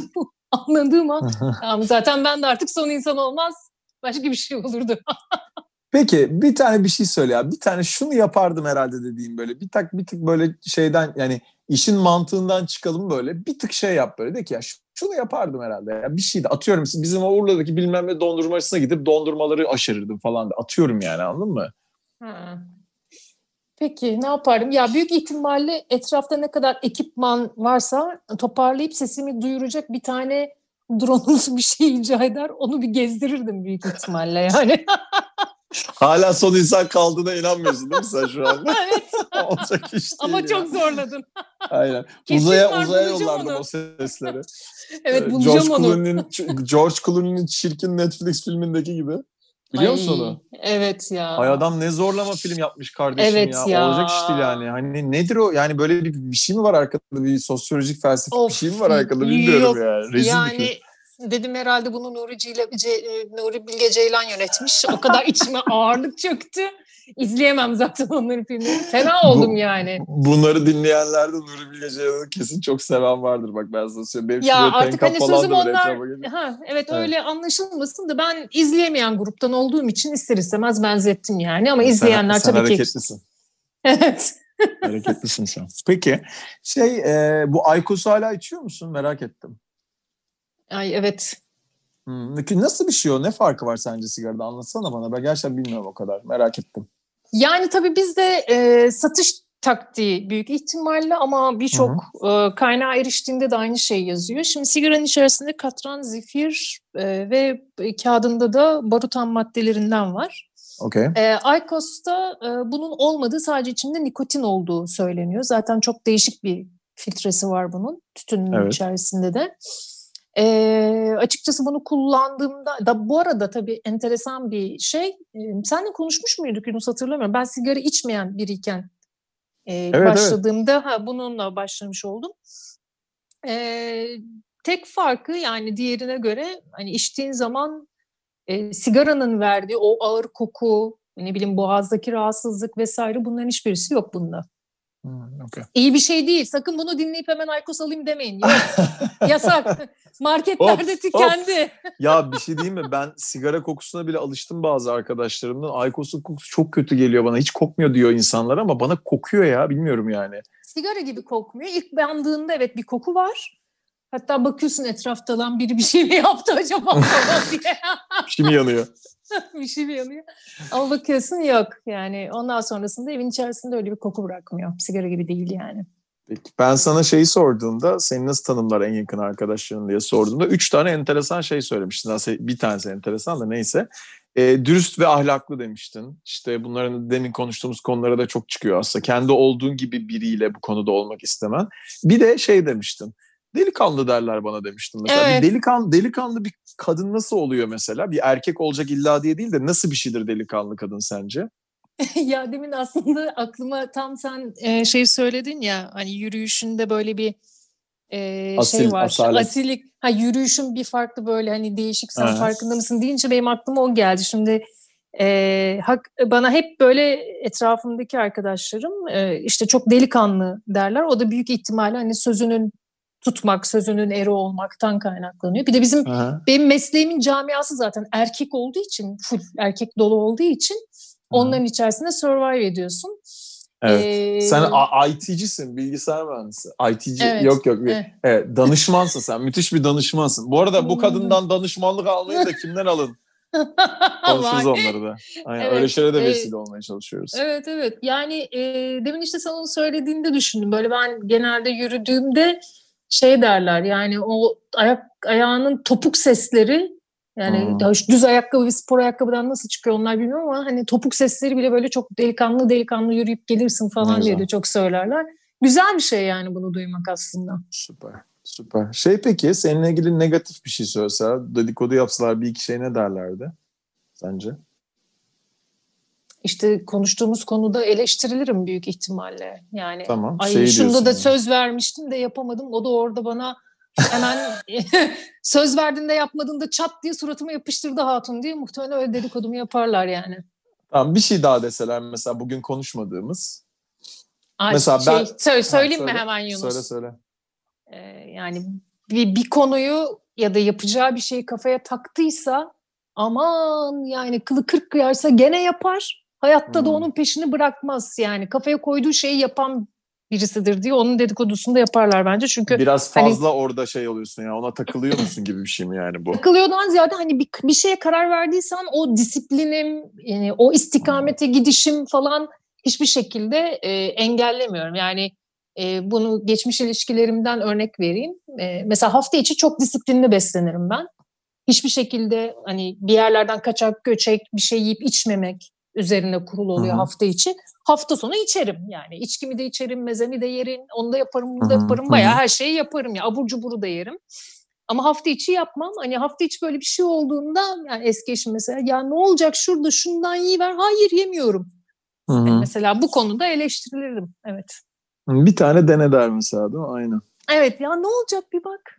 Anladığım an tamam, zaten ben de artık son insan olmaz. Başka bir şey olurdu. Peki bir tane bir şey söyle ya. Bir tane şunu yapardım herhalde dediğim böyle. Bir tık böyle şeyden yani işin mantığından çıkalım böyle. Bir tık şey yap böyle. De ki ya şunu yapardım herhalde. Ya bir şey de atıyorum bizim o Urla'daki bilmem ne dondurmacısına gidip dondurmaları aşırırdım falan da. Atıyorum yani, anladın mı? Ha. Peki ne yapardım? Ya büyük ihtimalle etrafta ne kadar ekipman varsa toparlayıp sesimi duyuracak bir tane drone'umsu bir şey icat eder. Onu bir gezdirirdim büyük ihtimalle yani. Hala son insan kaldığına inanmıyorsun değil mi sen şu anda? Evet. Olacak iş değil Ama ya. çok zorladın. Aynen. Kesin Uzaya var, bulacağım yollardım onu. o sesleri. Evet, bulacağım onu. George Clooney'nin çirkin Netflix filmindeki gibi. Biliyor musun onu? Evet ya. Ay adam ne zorlama film yapmış kardeşim Evet ya. ya. Olacak iş değil yani. Hani nedir o? Yani böyle bir şey mi var arkada? Bir sosyolojik, felsefik bir şey mi var arkada? Bilmiyorum yok. yani. Rezil bir film. Yani dedim herhalde bunu Nuri Bilge Ceylan yönetmiş. O kadar içime ağırlık çöktü. İzleyemem zaten onların filmlerini. Fena oldum yani. Bunları dinleyenler de Nuri Bilge Ceylan'ı kesin çok seven vardır. Bak ben sana söyleyeyim. Benim Ya artık hani sözüm onlar, evet öyle anlaşılmasın da ben izleyemeyen gruptan olduğum için ister istemez benzettim yani. Ama izleyenler sen tabii ki. hareketlisin. Evet. Hareketlisin sen. Peki bu Aykos'u hala içiyor musun? Merak ettim. Ay evet. Nasıl bir şey o? Ne farkı var sence sigarada? Anlatsana bana. Ben gerçekten bilmiyorum o kadar. Merak ettim. Yani tabii bizde satış taktiği büyük ihtimalle ama birçok kaynağa eriştiğinde de aynı şey yazıyor. Şimdi sigaranın içerisinde katran, zifir ve kağıdında da barutan maddelerinden var. Okay. Aykos'ta bunun olmadığı, sadece içinde nikotin olduğu söyleniyor. Zaten çok değişik bir filtresi var bunun tütünün içerisinde de. Açıkçası bunu kullandığımda da, bu arada tabii enteresan bir şey. Seninle konuşmuş muyduk Yunus, hatırlamıyorum. Ben sigara içmeyen biriyken başladığımda bununla başlamış oldum. Tek farkı yani diğerine göre hani içtiğin zaman sigaranın verdiği o ağır koku, ne bileyim boğazdaki rahatsızlık vesaire, bunların hiçbirisi yok bunda. Okay. İyi bir şey değil. Sakın bunu dinleyip hemen Aykos alayım demeyin. Yok. Yasak. Marketlerde tükendi. Ya bir şey diyeyim mi? Ben sigara kokusuna bile alıştım bazı arkadaşlarımdan. Aykos'un kokusu çok kötü geliyor bana. Hiç kokmuyor diyor insanlar ama bana kokuyor ya. Bilmiyorum yani. Sigara gibi kokmuyor. İlk yandığında evet bir koku var. Hatta bakıyorsun etrafta, lan biri bir şey mi yaptı acaba falan diye. Bir şey mi yanıyor? Bir şey mi yanıyor? Ama bakıyorsun yok. Yani ondan sonrasında evin içerisinde öyle bir koku bırakmıyor. Sigara gibi değil yani. Peki. Ben sana şeyi sorduğumda, seni nasıl tanımlar en yakın arkadaşların diye sorduğumda 3 tane enteresan şey söylemiştin. Aslında bir tanesi enteresan da neyse. Dürüst ve ahlaklı demiştin. İşte bunların demin konuştuğumuz konulara da çok çıkıyor aslında. Kendi olduğun gibi biriyle bu konuda olmak istemen. Bir de şey demiştin. Delikanlı derler bana demiştin mesela. Evet. Bir delikanlı bir kadın nasıl oluyor mesela? Bir erkek olacak illa diye değil de nasıl bir şeydir delikanlı kadın sence? Ya demin aslında aklıma tam sen şey söyledin ya, hani yürüyüşünde böyle bir şey var. Asalet. Asillik. Yürüyüşün bir farklı böyle hani değişik, sen farkında mısın deyince benim aklıma o geldi. Şimdi bana hep böyle etrafımdaki arkadaşlarım işte çok delikanlı derler. O da büyük ihtimalle hani sözünün tutmak, sözünün eri olmaktan kaynaklanıyor. Bir de benim mesleğimin camiası zaten erkek olduğu için, full erkek dolu olduğu için onların içerisinde survive ediyorsun. Evet. Sen IT'cisin, bilgisayar mühendisi. IT'ci evet, yok. Evet, danışmansın sen. Müthiş bir danışmansın. Bu arada bu kadından danışmanlık almayı da kimden alın? Konuşuruz onları da. Aynen, evet. Öyle şeylere de vesile olmaya çalışıyoruz. Evet. Yani demin işte sana onu söylediğinde düşündüm. Böyle ben genelde yürüdüğümde şey derler yani, o ayağının topuk sesleri, yani düz ayakkabı ve spor ayakkabıdan nasıl çıkıyor onlar bilmiyorum ama hani topuk sesleri bile böyle çok delikanlı yürüyüp gelirsin falan diye de çok söylerler. Güzel bir şey yani bunu duymak aslında. Süper. Peki seninle ilgili negatif bir şey söyleseler, dedikodu yapsalar bir iki şey ne derlerdi sence? İşte konuştuğumuz konuda eleştirilirim büyük ihtimalle. Yani tamam, şunda da söz vermiştim de yapamadım. O da orada bana hemen söz verdiğinde yapmadığında çat diye suratıma yapıştırdı hatun diye muhtemelen öyle dedikodumu yaparlar yani. Tamam, bir şey daha deseler mesela bugün konuşmadığımız. Mesela söyleyeyim mi hemen Yunus? Söyle. Yani bir konuyu ya da yapacağı bir şeyi kafaya taktıysa aman yani kılı kırk kıyarsa gene yapar. Hayatta da onun peşini bırakmaz yani. Kafaya koyduğu şeyi yapan birisidir diye onun dedikodusunu da yaparlar bence. Çünkü biraz fazla orada şey oluyorsun ya, ona takılıyor musun gibi bir şey mi yani bu? takılıyordan ziyade hani bir şeye karar verdiysen o disiplinim, yani o istikamete gidişim falan hiçbir şekilde engellemiyorum. Yani bunu geçmiş ilişkilerimden örnek vereyim. Mesela hafta içi çok disiplinli beslenirim ben. Hiçbir şekilde hani bir yerlerden kaçak göçek bir şey yiyip içmemek üzerine kurulu oluyor hafta içi. Hafta sonu içerim yani. İçkimi de içerim, mezemi de yerim, onu da yaparım, bunu da yaparım. Bayağı her şeyi yaparım ya. Abur cuburu da yerim. Ama hafta içi yapmam. Hani hafta içi böyle bir şey olduğunda yani eski eşim mesela ya ne olacak şurada şundan yiyiver. Hayır yemiyorum. Yani mesela bu konuda eleştirilirim. Evet. Bir tane dene der mesela, değil mi? Aynen. Evet ya ne olacak bir bak.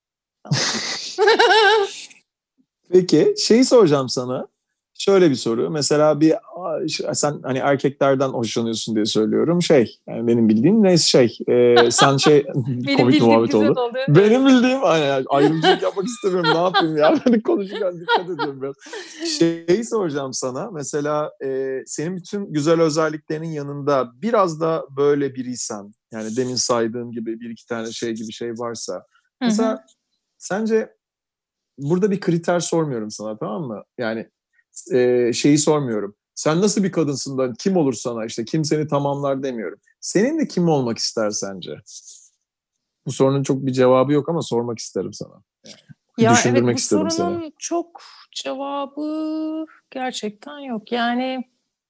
Peki şeyi soracağım sana. Şöyle bir soru. Mesela sen hani erkeklerden hoşlanıyorsun diye söylüyorum. Yani benim bildiğim neyse sen Benim komik bir bildiğim muhabbet güzel oldu. oldu. Benim bildiğim aynen, ayrımcılık yapmak istemiyorum. Ne yapayım ya? Ben konuşurken dikkat ediyorum biraz. Şeyi soracağım sana. Mesela senin bütün güzel özelliklerinin yanında biraz da böyle biriysen, yani demin saydığım gibi bir iki tane şey varsa. Mesela sence burada bir kriter sormuyorum sana, tamam mı? Yani şeyi sormuyorum. Sen nasıl bir kadınsın da kim olur sana, işte kim seni tamamlar demiyorum. Senin de kim olmak ister sence? Bu sorunun çok bir cevabı yok ama sormak isterim sana. Yani, ya düşündürmek evet bu istedim sorunun seni. çok cevabı gerçekten yok. Yani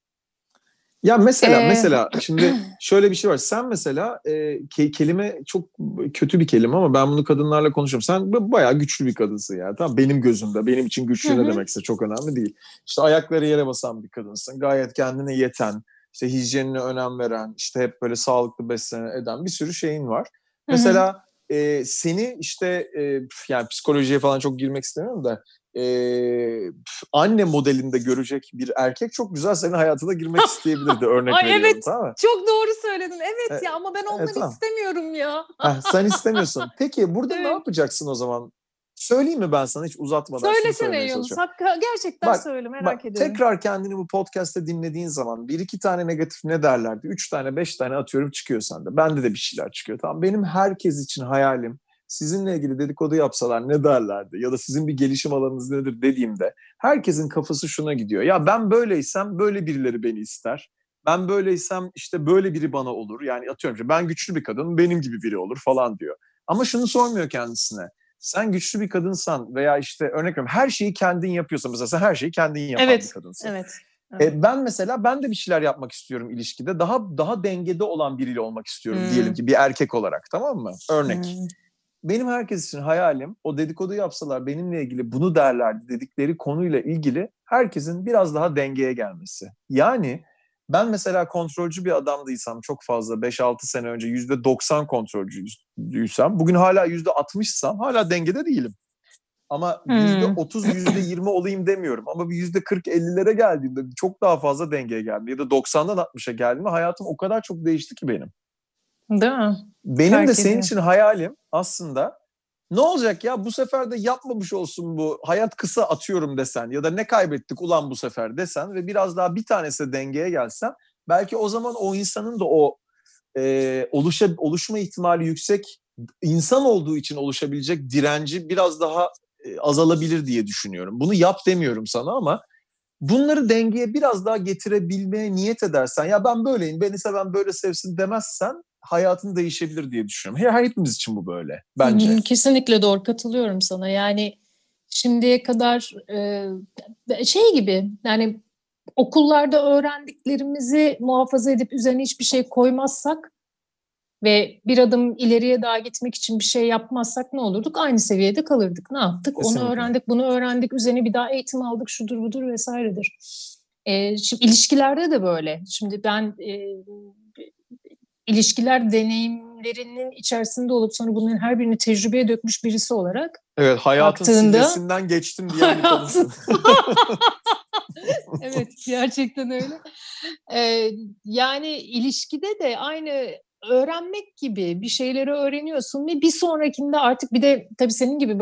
Ya mesela şimdi şöyle bir şey var. Sen mesela kelime çok kötü bir kelime ama ben bunu kadınlarla konuşuyorum. Sen bayağı güçlü bir kadınsın yani. Tamam, benim gözümde. Benim için güçlü ne demekse çok önemli değil. İşte ayakları yere basan bir kadınsın. Gayet kendine yeten, işte hijyenine önem veren, işte hep böyle sağlıklı beslenen eden bir sürü şeyin var. Mesela seni işte yani psikolojiye falan çok girmek istemiyorum da anne modelinde görecek bir erkek çok güzel senin hayatına girmek isteyebilirdi, örnek ay veriyorum, evet tamam mı? çok doğru söyledin. Evet E, ya ama ben onları tamam. istemiyorum ya. Sen istemiyorsun. Peki burada ne Evet. yapacaksın o zaman? Söyleyeyim mi ben sana hiç uzatmadan şunu Söylesene söylemeye Yunus. çalışıyorum. Gerçekten Bak, söyle merak ediyorum. tekrar kendini bu podcast'te dinlediğin zaman bir iki tane negatif ne derlerdi? 3 tane 5 tane atıyorum çıkıyor sende. Bende de bir şeyler çıkıyor. Tamam, benim herkes için hayalim sizinle ilgili dedikodu yapsalar ne derlerdi? Ya da sizin bir gelişim alanınız nedir dediğimde herkesin kafası şuna gidiyor. Ya ben böyleysem böyle birileri beni ister. Ben böyleysem işte böyle biri bana olur. Yani atıyorum ki ben güçlü bir kadınım, benim gibi biri olur falan diyor. Ama şunu sormuyor kendisine. Sen güçlü bir kadınsan veya işte örnek veriyorum her şeyi kendin yapıyorsan, mesela sen her şeyi kendin yapan bir Evet. kadınsın. Evet. Evet. Ben de bir şeyler yapmak istiyorum ilişkide. Daha dengede olan biriyle olmak istiyorum diyelim ki bir erkek olarak, tamam mı? Örnek. Benim herkes için hayalim o dedikodu yapsalar benimle ilgili bunu derlerdi dedikleri konuyla ilgili herkesin biraz daha dengeye gelmesi. Yani ben mesela kontrolcü bir adamdıysam çok fazla 5-6 sene önce %90 kontrolcüysem bugün hala %60'sam hala dengede değilim. Ama %30, %20 olayım demiyorum. Ama bir %40-50'lere geldiğimde çok daha fazla dengeye geldi. Ya da 90'dan 60'a geldiğimde hayatım o kadar çok değişti ki benim. Değil mi? Benim de Fark senin ediyor. için hayalim aslında ne olacak ya bu sefer de yapmamış olsun bu hayat kısa atıyorum desen ya da ne kaybettik ulan bu sefer desen ve biraz daha bir tanesi dengeye gelsen belki o zaman o insanın da o oluşma ihtimali yüksek insan olduğu için oluşabilecek direnci biraz daha azalabilir diye düşünüyorum. Bunu yap demiyorum sana ama bunları dengeye biraz daha getirebilmeye niyet edersen ya ben böyleyim beni seven böyle sevsin demezsen hayatın değişebilir diye düşünüyorum. Hepimiz için bu böyle bence. Kesinlikle doğru katılıyorum sana. Yani şimdiye kadar şey gibi yani okullarda öğrendiklerimizi muhafaza edip üzerine hiçbir şey koymazsak ve bir adım ileriye daha gitmek için bir şey yapmazsak ne olurduk? Aynı seviyede kalırdık. Ne yaptık? Onu Kesinlikle. öğrendik, bunu öğrendik, üzerine bir daha eğitim aldık, şudur budur vesairedir. Şimdi ilişkilerde de böyle. Şimdi ben ilişkiler deneyimlerinin içerisinde olup sonra bunların her birini tecrübeye dökmüş birisi olarak Evet, hayatın baktığında sillesinden geçtim diyen bir kadınsın. evet, gerçekten öyle. Yani ilişkide de aynı öğrenmek gibi bir şeyleri öğreniyorsun ve bir sonrakinde artık bir de tabii senin gibi böyle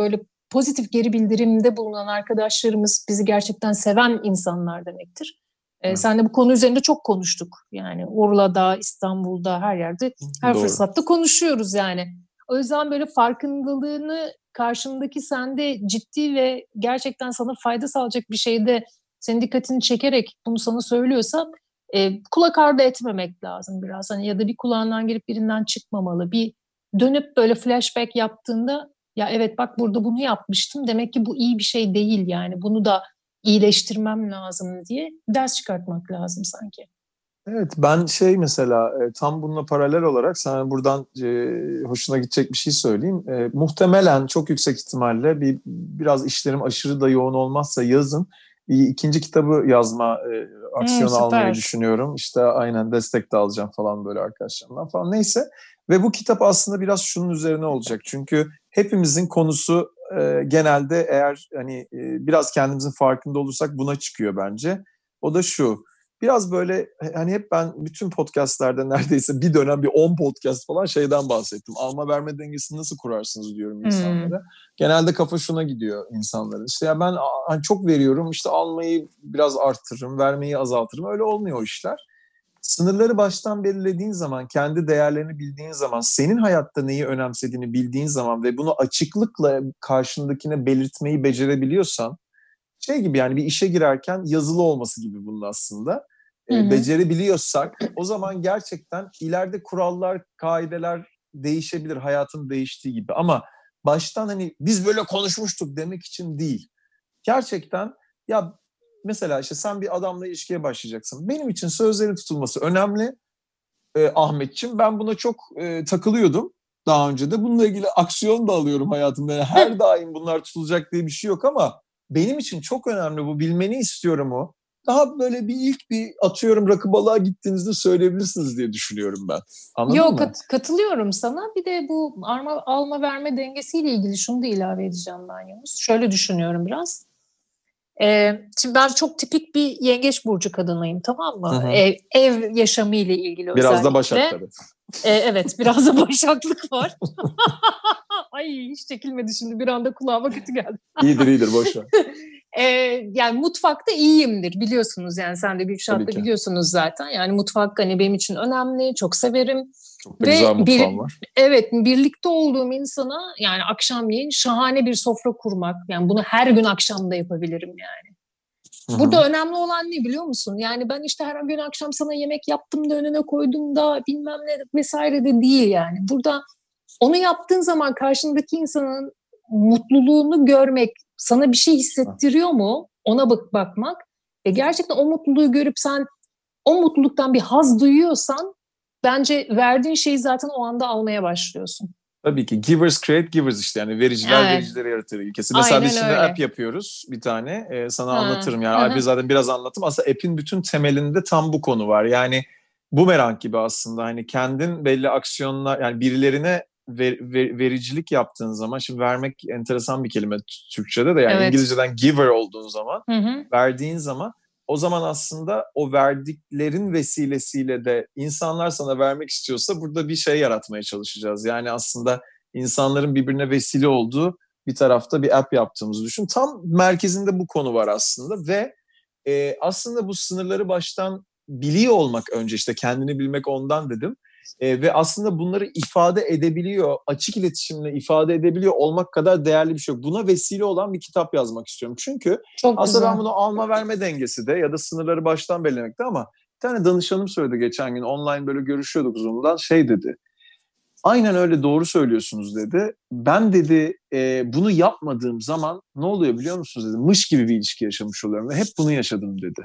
pozitif geri bildirimde bulunan arkadaşlarımız bizi gerçekten seven insanlar demektir. Seninle bu konu üzerinde çok konuştuk. Yani Urla'da, İstanbul'da, her yerde, her Doğru. fırsatta konuşuyoruz yani. O yüzden böyle farkındalığını karşındaki sende ciddi ve gerçekten sana fayda sağlayacak bir şeyde senin dikkatini çekerek bunu sana söylüyorsa kulak ardı etmemek lazım biraz. Hani ya da bir kulağından girip birinden çıkmamalı. Bir dönüp böyle flashback yaptığında ya evet bak burada bunu yapmıştım. Demek ki bu iyi bir şey değil yani. Bunu da iyileştirmem lazım diye ders çıkartmak lazım sanki. Evet, ben mesela tam bununla paralel olarak sana buradan hoşuna gidecek bir şey söyleyeyim. Muhtemelen çok yüksek ihtimalle biraz işlerim aşırı da yoğun olmazsa yazın bir ikinci kitabı yazma aksiyonu almayı düşünüyorum. İşte aynen destek de alacağım falan böyle arkadaşlarımdan falan neyse. Ve bu kitap aslında biraz şunun üzerine olacak. Çünkü hepimizin konusu genelde eğer hani biraz kendimizin farkında olursak buna çıkıyor bence. O da şu. Biraz böyle hani hep ben bütün podcastlerde neredeyse bir dönem bir 10 podcast falan şeyden bahsettim. Alma verme dengesini nasıl kurarsınız diyorum insanlara. Genelde kafa şuna gidiyor insanların. İşte ya ben hani çok veriyorum işte almayı biraz arttırırım, vermeyi azaltırım. Öyle olmuyor o işler. Sınırları baştan belirlediğin zaman, kendi değerlerini bildiğin zaman, senin hayatta neyi önemsediğini bildiğin zaman ve bunu açıklıkla karşındakine belirtmeyi becerebiliyorsan, şey gibi yani bir işe girerken yazılı olması gibi bunun aslında. Becerebiliyorsak o zaman gerçekten ileride kurallar, kaideler değişebilir hayatın değiştiği gibi. Ama baştan hani biz böyle konuşmuştuk demek için değil. Gerçekten ya mesela işte sen bir adamla ilişkiye başlayacaksın. Benim için sözlerin tutulması önemli Ahmetciğim. Ben buna çok takılıyordum daha önce de. Bununla ilgili aksiyon da alıyorum hayatımda. Yani her daim bunlar tutulacak diye bir şey yok ama benim için çok önemli bu. Bilmeni istiyorum o. Daha böyle bir atıyorum rakı balığa gittiğinizde söyleyebilirsiniz diye düşünüyorum ben. Anladın mı? Katılıyorum sana. Bir de bu alma verme dengesiyle ilgili şunu da ilave edeceğim ben Yunus. Şöyle düşünüyorum biraz. Şimdi ben çok tipik bir yengeç burcu kadınıyım, tamam mı? Ev yaşamı ile ilgili biraz özellikle. Da Başak tabii. Evet, biraz da başaklık var. Ay hiç çekilmedi şimdi, bir anda kulağıma kötü geldi. İyidir boş ver. Yani mutfakta iyiyimdir biliyorsunuz, yani sen de Gülşah'la biliyorsunuz zaten. Yani mutfak hani benim için önemli, çok severim. Çok da güzel mutfağım var. Evet, birlikte olduğum insana yani akşamleyin şahane bir sofra kurmak, yani bunu her gün akşamda yapabilirim yani. Burada önemli olan ne biliyor musun? Yani ben işte her gün akşam sana yemek yaptım da önüne koydum da bilmem ne vesaire de değil yani. Burada onu yaptığın zaman karşındaki insanın mutluluğunu görmek sana bir şey hissettiriyor mu? Ona bakmak ve gerçekten o mutluluğu görüp sen o mutluluktan bir haz duyuyorsan bence verdiğin şeyi zaten o anda almaya başlıyorsun. Tabii ki. Givers create givers işte. Yani vericiler vericileri yaratır ilkesi. Mesela aynen biz şimdi öyle. App yapıyoruz bir tane. Sana anlatırım. Yani app'i zaten biraz anlattım. Aslında app'in bütün temelinde tam bu konu var. Yani bumerang gibi aslında. Hani kendin belli aksiyonlar, yani birilerine vericilik yaptığın zaman, şimdi vermek enteresan bir kelime Türkçe'de de, yani İngilizceden giver olduğun zaman, verdiğin zaman, o zaman aslında o verdiklerin vesilesiyle de insanlar sana vermek istiyorsa burada bir şey yaratmaya çalışacağız. Yani aslında insanların birbirine vesile olduğu bir tarafta bir app yaptığımızı düşün. Tam merkezinde bu konu var aslında ve aslında bu sınırları baştan biliyor olmak, önce işte kendini bilmek, ondan dedim. Ve aslında bunları ifade edebiliyor, açık iletişimle ifade edebiliyor olmak kadar değerli bir şey yok. Buna vesile olan bir kitap yazmak istiyorum. Çünkü çok aslında güzel. Ben bunu alma verme dengesi de ya da sınırları baştan belirlemekte, ama bir tane danışanım söyledi geçen gün, online böyle görüşüyorduk Zoom'dan, şey dedi. Aynen öyle, doğru söylüyorsunuz dedi. Ben dedi bunu yapmadığım zaman ne oluyor biliyor musunuz dedi. Mış gibi bir ilişki yaşamış oluyorum ve hep bunu yaşadım dedi.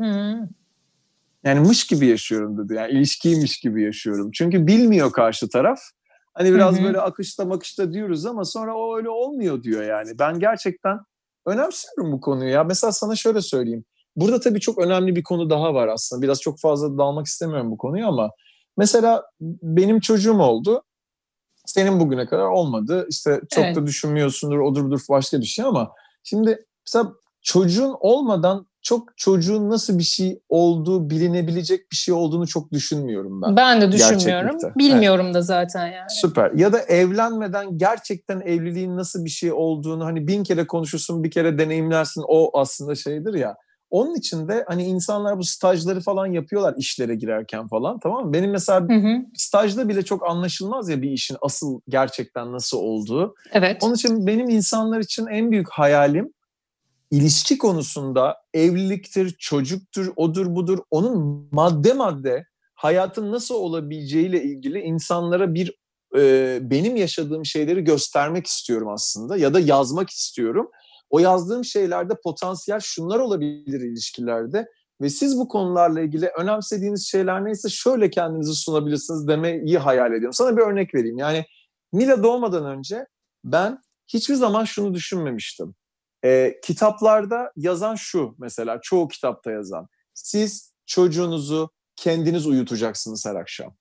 Yani mış gibi yaşıyorum dedi. Yani ilişkiymiş gibi yaşıyorum. Çünkü bilmiyor karşı taraf. Hani biraz böyle akışta makışta diyoruz ama sonra o öyle olmuyor diyor yani. Ben gerçekten önemsiyorum bu konuyu ya. Mesela sana şöyle söyleyeyim. Burada tabii çok önemli bir konu daha var aslında. Biraz çok fazla dalmak istemiyorum bu konuya ama mesela benim çocuğum oldu. Senin bugüne kadar olmadı. İşte çok da düşünmüyorsundur, odur budur başka bir şey ama şimdi mesela çocuğun olmadan çok çocuğun nasıl bir şey olduğu bilinebilecek bir şey olduğunu çok düşünmüyorum ben. Ben de düşünmüyorum. Bilmiyorum da zaten yani. Süper. Ya da evlenmeden gerçekten evliliğin nasıl bir şey olduğunu hani 1000 kere konuşursun, bir kere deneyimlersin. O aslında şeydir ya. Onun için de hani insanlar bu stajları falan yapıyorlar işlere girerken falan, tamam mı? Benim mesela stajda bile çok anlaşılmaz ya bir işin asıl gerçekten nasıl olduğu. Evet. Onun için benim insanlar için en büyük hayalim ilişki konusunda evliliktir, çocuktur, odur budur, onun madde madde hayatın nasıl olabileceğiyle ilgili insanlara benim yaşadığım şeyleri göstermek istiyorum aslında ya da yazmak istiyorum. O yazdığım şeylerde potansiyel şunlar olabilir ilişkilerde ve siz bu konularla ilgili önemsediğiniz şeyler neyse şöyle kendinizi sunabilirsiniz demeyi hayal ediyorum. Sana bir örnek vereyim. Yani Mila doğmadan önce ben hiçbir zaman şunu düşünmemiştim. Kitaplarda yazan şu mesela, çoğu kitapta yazan. Siz çocuğunuzu kendiniz uyutacaksınız her akşam.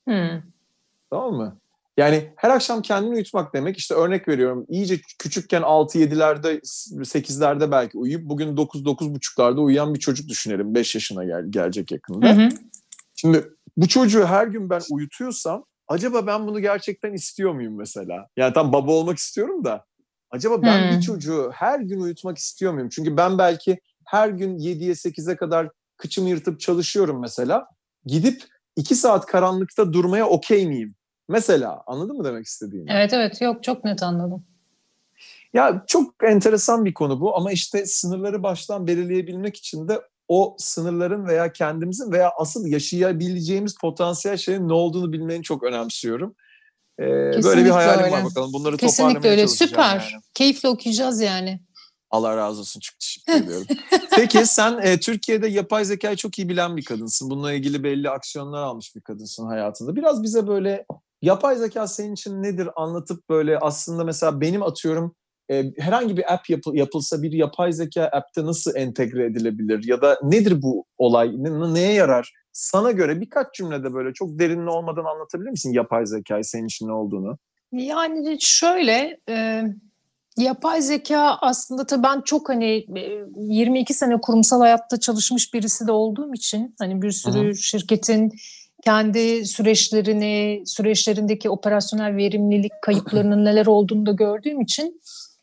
Tamam mı? Yani her akşam kendini uyutmak demek, işte örnek veriyorum, iyice küçükken 6-7'lerde 8'lerde belki uyuyup bugün 9-9.30'larda uyuyan bir çocuk düşünelim. 5 yaşına gelecek yakında. Şimdi bu çocuğu her gün ben uyutuyorsam acaba ben bunu gerçekten istiyor muyum mesela? Yani tam baba olmak istiyorum da acaba ben bir çocuğu her gün uyutmak istiyor muyum? Çünkü ben belki her gün 7'ye 8'e kadar kıçımı yırtıp çalışıyorum mesela. Gidip 2 saat karanlıkta durmaya okey miyim? Mesela anladın mı demek istediğimi? Evet, yok, çok net anladım. Ya çok enteresan bir konu bu ama işte sınırları baştan belirleyebilmek için de o sınırların veya kendimizin veya asıl yaşayabileceğimiz potansiyel şeyin ne olduğunu bilmeyi çok önemsiyorum. Böyle bir hayalim öyle. var bakalım. Bunları Kesinlikle toparlamaya öyle. çalışacağım. Süper. Yani. Keyifle okuyacağız yani. Allah razı olsun. Çok teşekkür ediyorum. Peki sen Türkiye'de yapay zekayı çok iyi bilen bir kadınsın. Bununla ilgili belli aksiyonlar almış bir kadınsın hayatında. Biraz bize böyle yapay zeka senin için nedir anlatıp böyle aslında mesela benim atıyorum herhangi bir app yapılsa bir yapay zeka app'te nasıl entegre edilebilir? Ya da nedir bu olay? Neye yarar? Sana göre birkaç cümlede böyle çok derinli olmadan anlatabilir misin yapay zekayı senin için ne olduğunu? Yani şöyle... Yapay zeka aslında tabii ben çok 22 sene kurumsal hayatta çalışmış birisi de olduğum için hani bir sürü şirketin kendi süreçlerindeki operasyonel verimlilik kayıplarının neler olduğunu da gördüğüm için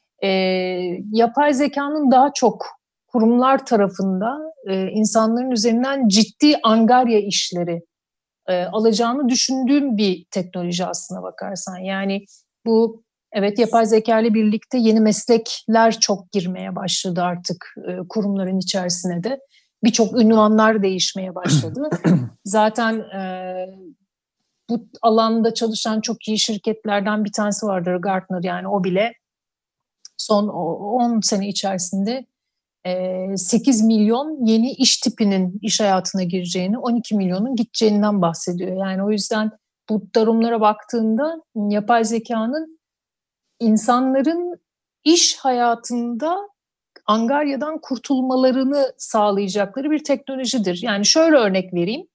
yapay zekanın daha çok kurumlar tarafında insanların üzerinden ciddi angarya işleri alacağını düşündüğüm bir teknoloji aslına bakarsan. Yani bu evet yapay zeka ile birlikte yeni meslekler çok girmeye başladı artık kurumların içerisine de. Birçok ünvanlar değişmeye başladı. Zaten bu alanda çalışan çok iyi şirketlerden bir tanesi vardır Gartner, yani o bile son 10 sene içerisinde 8 milyon yeni iş tipinin iş hayatına gireceğini, 12 milyonun gideceğinden bahsediyor. Yani o yüzden bu durumlara baktığında yapay zekanın insanların iş hayatında angaryadan kurtulmalarını sağlayacakları bir teknolojidir. Yani şöyle örnek vereyim.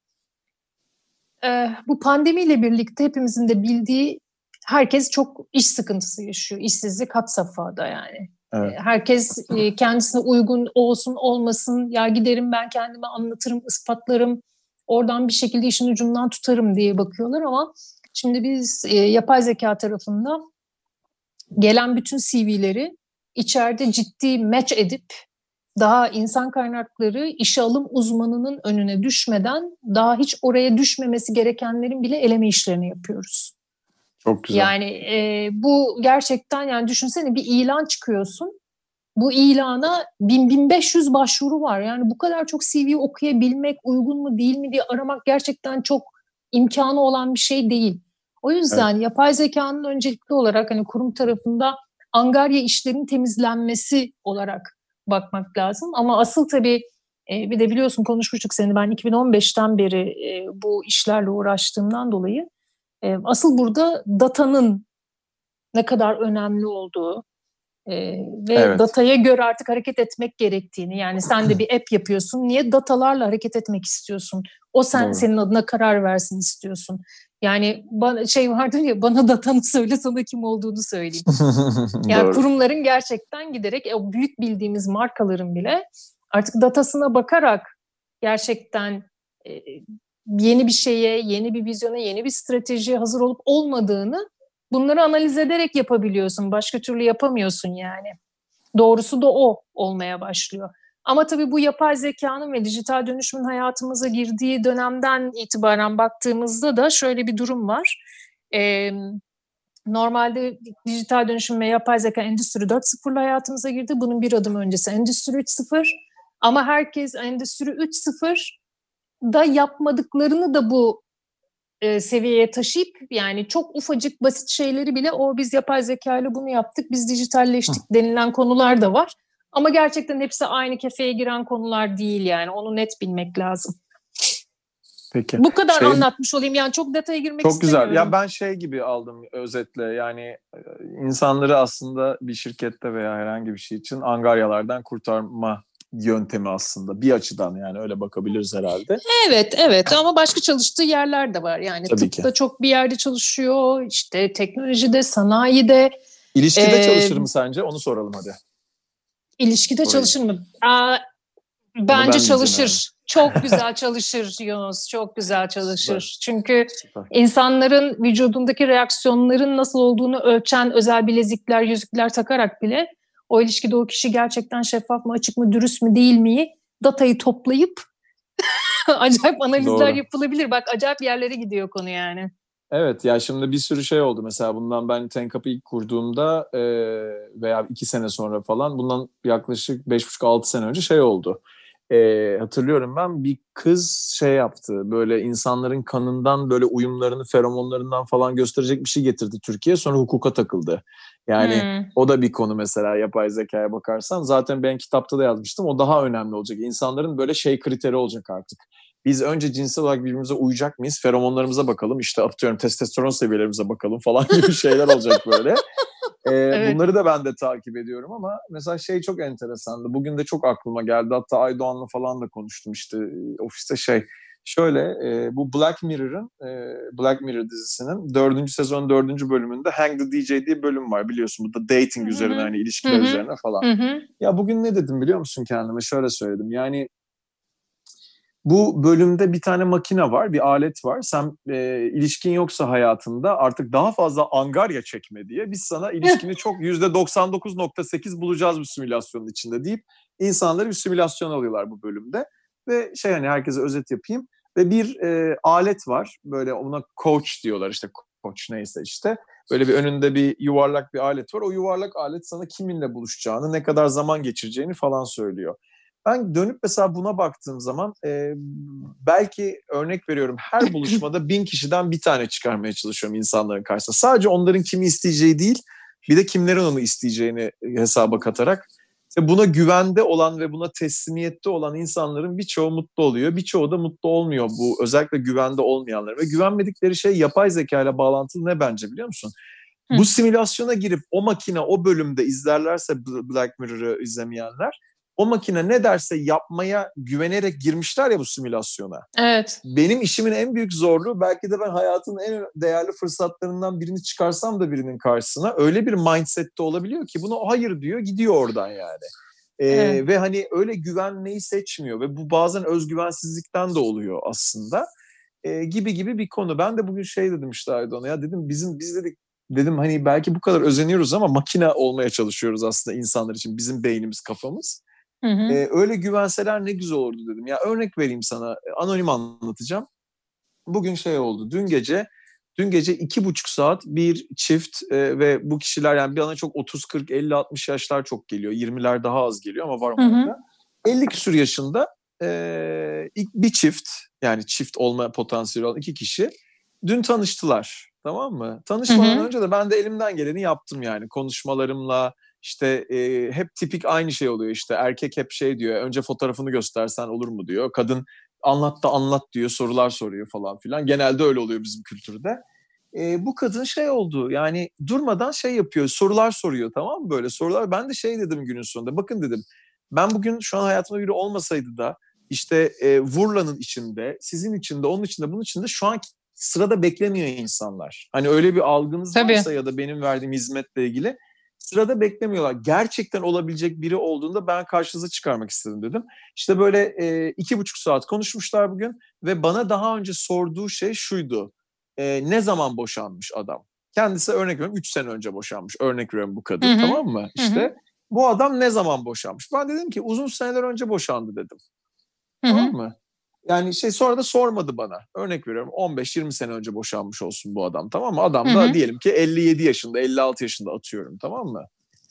Bu pandemiyle birlikte hepimizin de bildiği herkes çok iş sıkıntısı yaşıyor. İşsizlik had safhada yani. Evet. Herkes kendisine uygun olsun olmasın, ya giderim ben kendime anlatırım, ispatlarım, oradan bir şekilde işin ucundan tutarım diye bakıyorlar ama şimdi biz yapay zeka tarafında gelen bütün CV'leri içeride ciddi match edip daha insan kaynakları işe alım uzmanının önüne düşmeden daha hiç oraya düşmemesi gerekenlerin bile eleme işlerini yapıyoruz. Çok güzel. Yani bu gerçekten, yani düşünsene bir ilan çıkıyorsun. Bu ilana 1000-1500 başvuru var. Yani bu kadar çok CV okuyabilmek, uygun mu değil mi diye aramak gerçekten çok imkanı olan bir şey değil. O yüzden evet, yapay zekanın öncelikli olarak hani kurum tarafında angarya işlerin temizlenmesi olarak bakmak lazım. Ama asıl tabii bir de biliyorsun konuşmuştuk seni, ben 2015'ten beri bu işlerle uğraştığımdan dolayı asıl burada datanın ne kadar önemli olduğu ve evet, dataya göre artık hareket etmek gerektiğini, yani sen de bir app yapıyorsun, niye datalarla hareket etmek istiyorsun? O senin adına karar versin istiyorsun. Yani bana vardır ya, bana datanı söyle, sana kim olduğunu söyleyeyim. Yani kurumların gerçekten giderek o büyük bildiğimiz markaların bile artık datasına bakarak gerçekten yeni bir şeye, yeni bir vizyona, yeni bir stratejiye hazır olup olmadığını bunları analiz ederek yapabiliyorsun. Başka türlü yapamıyorsun yani. Doğrusu da o olmaya başlıyor. Ama tabii bu yapay zekanın ve dijital dönüşümün hayatımıza girdiği dönemden itibaren baktığımızda da şöyle bir durum var. Normalde dijital dönüşüm ve yapay zeka Endüstri 4.0'la hayatımıza girdi. Bunun bir adım öncesi Endüstri 3.0. Ama herkes Endüstri 3.0'da yapmadıklarını da bu seviyeye taşıyıp yani çok ufacık basit şeyleri bile biz yapay zeka ile bunu yaptık, biz dijitalleştik denilen konular da var. Ama gerçekten hepsi aynı kefeye giren konular değil yani. Onu net bilmek lazım. Peki. Bu kadar anlatmış olayım. Yani çok detaya girmek çok istemiyorum. Çok güzel. Ya ben şey gibi aldım özetle. Yani insanları aslında bir şirkette veya herhangi bir şey için angaryalardan kurtarma yöntemi aslında. Bir açıdan yani öyle bakabiliriz herhalde. Evet ama başka çalıştığı yerler de var. Yani tabii tıpta çok bir yerde çalışıyor. İşte teknolojide, sanayide. İlişkide çalışır mı sence? Onu soralım hadi. İlişkide çalışır mı? Bence çalışır. Çok güzel çalışır Yunus. Çok güzel çalışır. Süper. Çünkü insanların vücudundaki reaksiyonların nasıl olduğunu ölçen özel bilezikler, yüzükler takarak bile o ilişkide o kişi gerçekten şeffaf mı, açık mı, dürüst mü, değil mi datayı toplayıp acayip analizler yapılabilir. Bak acayip yerlere gidiyor konu yani. Evet ya şimdi bir sürü şey oldu. Mesela bundan ben TenCap'ı ilk kurduğumda veya 2 sene sonra falan bundan yaklaşık 5,5-6 sene önce şey oldu. Hatırlıyorum ben bir kız şey yaptı. Böyle insanların kanından böyle uyumlarını, feromonlarından falan gösterecek bir şey getirdi Türkiye'ye. Sonra hukuka takıldı. Yani o da bir konu mesela yapay zekaya bakarsan. Zaten ben kitapta da yazmıştım. O daha önemli olacak. İnsanların böyle şey kriteri olacak artık. Biz önce cinsel olarak birbirimize uyacak mıyız? Feromonlarımıza bakalım. İşte atıyorum testosteron seviyelerimize bakalım falan gibi şeyler olacak böyle. Evet. Bunları da ben de takip ediyorum ama mesela şey çok enteresandı. Bugün de çok aklıma geldi. Hatta Aydoğan'la falan da konuştum işte ofiste Şöyle bu Black Mirror dizisinin 4. sezon 4. bölümünde Hang the DJ diye bölüm var biliyorsun. Bu da dating üzerine hani ilişkiler üzerine falan. Ya bugün ne dedim biliyor musun kendime? Şöyle söyledim yani bu bölümde bir tane makine var, bir alet var. Sen ilişkin yoksa hayatında artık daha fazla angarya çekme diye biz sana ilişkini çok %99.8 bulacağız bu simülasyonun içinde deyip insanları bir simülasyon alıyorlar bu bölümde. Ve hani herkese özet yapayım. Ve bir alet var. Böyle ona coach diyorlar işte coach neyse işte. Böyle bir önünde bir yuvarlak bir alet var. O yuvarlak alet sana kiminle buluşacağını, ne kadar zaman geçireceğini falan söylüyor. Ben dönüp mesela buna baktığım zaman belki örnek veriyorum her buluşmada 1000 kişiden bir tane çıkarmaya çalışıyorum insanların karşısına. Sadece onların kimi isteyeceği değil bir de kimlerin onu isteyeceğini hesaba katarak. İşte buna güvende olan ve buna teslimiyette olan insanların birçoğu mutlu oluyor. Birçoğu da mutlu olmuyor bu özellikle güvende olmayanlar. Ve güvenmedikleri şey yapay zeka ile bağlantılı ne bence biliyor musun? Bu simülasyona girip o makine o bölümde izlerlerse Black Mirror'ı izlemeyenler o makine ne derse yapmaya güvenerek girmişler ya bu simülasyona. Evet. Benim işimin en büyük zorluğu belki de ben hayatımın en değerli fırsatlarından birini çıkarsam da birinin karşısına öyle bir mindsette olabiliyor ki buna hayır diyor gidiyor oradan yani. Evet. Ve hani öyle güvenmeyi seçmiyor ve bu bazen özgüvensizlikten de oluyor aslında. Gibi bir konu. Ben de bugün dedim işte Aydoğan'a ya dedim biz dedim hani belki bu kadar özeniyoruz ama makine olmaya çalışıyoruz aslında insanlar için bizim beynimiz kafamız. Öyle güvenseler ne güzel olurdu dedim. Ya örnek vereyim sana anonim anlatacağım. Bugün oldu dün gece 2,5 saat bir çift ve bu kişiler yani bir ana çok 30, 40, 50, 60 yaşlar çok geliyor. 20'ler daha az geliyor ama var onlarda. 50 küsur yaşında bir çift yani çift olma potansiyeli olan 2 kişi dün tanıştılar. Tamam mı? Tanışmadan önce de ben de elimden geleni yaptım yani konuşmalarımla. İşte hep tipik aynı şey oluyor işte erkek hep diyor önce fotoğrafını göstersen olur mu diyor. Kadın anlat diyor sorular soruyor falan filan. Genelde öyle oluyor bizim kültürde. Bu kadın oldu yani durmadan yapıyor sorular soruyor tamam mı böyle sorular. Ben de dedim günün sonunda bakın dedim ben bugün şu an hayatımda biri olmasaydı da işte Vurla'nın içinde sizin içinde onun içinde bunun içinde şu an sırada beklemiyor insanlar. Hani öyle bir algınız varsa ya da benim verdiğim hizmetle ilgili Sırada beklemiyorlar. Gerçekten olabilecek biri olduğunda ben karşınıza çıkarmak istedim dedim. İşte böyle 2,5 saat konuşmuşlar bugün ve bana daha önce sorduğu şey şuydu. Ne zaman boşanmış adam? Kendisi örnek veriyorum 3 sene önce boşanmış. Örnek veriyorum bu kadın, tamam mı? İşte bu adam ne zaman boşanmış? Ben dedim ki uzun seneler önce boşandı dedim. Tamam mı? Yani sonra da sormadı bana. Örnek veriyorum 15-20 sene önce boşanmış olsun bu adam, tamam mı? Adam da diyelim ki 57 yaşında, 56 yaşında atıyorum, tamam mı?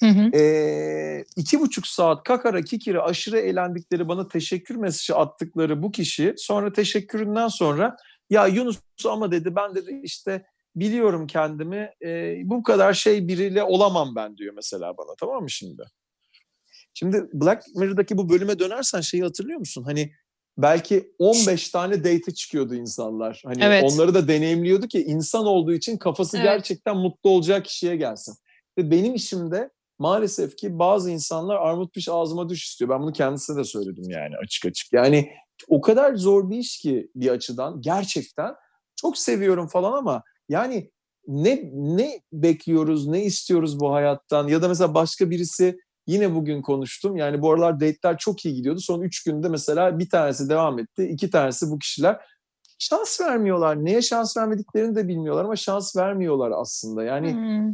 2,5 saat kakara kikiri aşırı eğlendikleri, bana teşekkür mesajı attıkları bu kişi sonra teşekküründen sonra ya Yunus ama dedi ben dedi işte biliyorum kendimi bu kadar biriyle olamam ben diyor mesela bana, tamam mı şimdi? Şimdi Black Mirror'daki bu bölüme dönersen şeyi hatırlıyor musun? Hani belki 15 tane date çıkıyordu insanlar. Hani onları da deneyimliyordu ki insan olduğu için kafası gerçekten mutlu olacağı kişiye gelsin. Ve benim işimde maalesef ki bazı insanlar armut piş ağzıma düş istiyor. Ben bunu kendisine de söyledim yani açık açık. Yani o kadar zor bir iş ki bir açıdan gerçekten çok seviyorum falan ama yani ne bekliyoruz, ne istiyoruz bu hayattan? Ya da mesela başka birisi yine bugün konuştum. Yani bu aralar date'ler çok iyi gidiyordu. Son 3 günde mesela bir tanesi devam etti. 2 tanesi bu kişiler şans vermiyorlar. Neye şans vermediklerini de bilmiyorlar ama şans vermiyorlar aslında. Yani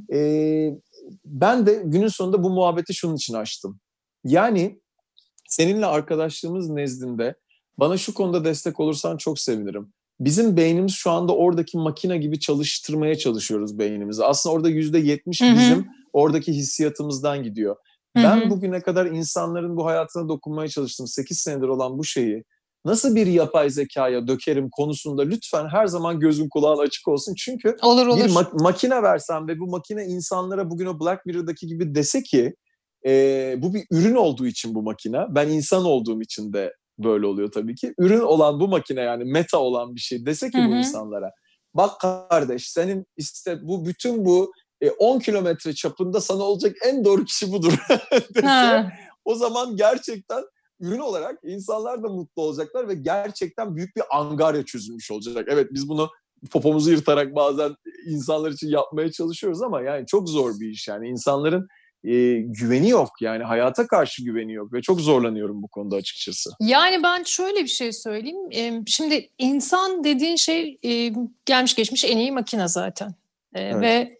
ben de günün sonunda bu muhabbeti şunun için açtım. Yani seninle arkadaşlığımız nezdinde bana şu konuda destek olursan çok sevinirim. Bizim beynimiz şu anda oradaki makine gibi çalıştırmaya çalışıyoruz beynimizi. Aslında orada %70 bizim oradaki hissiyatımızdan gidiyor. Ben bugüne kadar insanların bu hayatına dokunmaya çalıştım. 8 senedir olan bu şeyi nasıl bir yapay zekaya dökerim konusunda lütfen her zaman gözün kulağın açık olsun. Çünkü bir makine versem ve bu makine insanlara bugün o Black Mirror'daki gibi dese ki bu bir ürün olduğu için bu makine, ben insan olduğum için de böyle oluyor tabii ki. Ürün olan bu makine yani meta olan bir şey dese ki bu insanlara bak kardeş senin işte bu bütün bu 10 kilometre çapında sana olacak en doğru kişi budur dese o zaman gerçekten ürün olarak insanlar da mutlu olacaklar ve gerçekten büyük bir angarya çözülmüş olacak. Evet biz bunu popomuzu yırtarak bazen insanlar için yapmaya çalışıyoruz ama yani çok zor bir iş yani insanların güveni yok yani hayata karşı güveni yok ve çok zorlanıyorum bu konuda açıkçası. Yani ben şöyle bir şey söyleyeyim. Şimdi insan dediğin şey gelmiş geçmiş en iyi makine zaten. Ve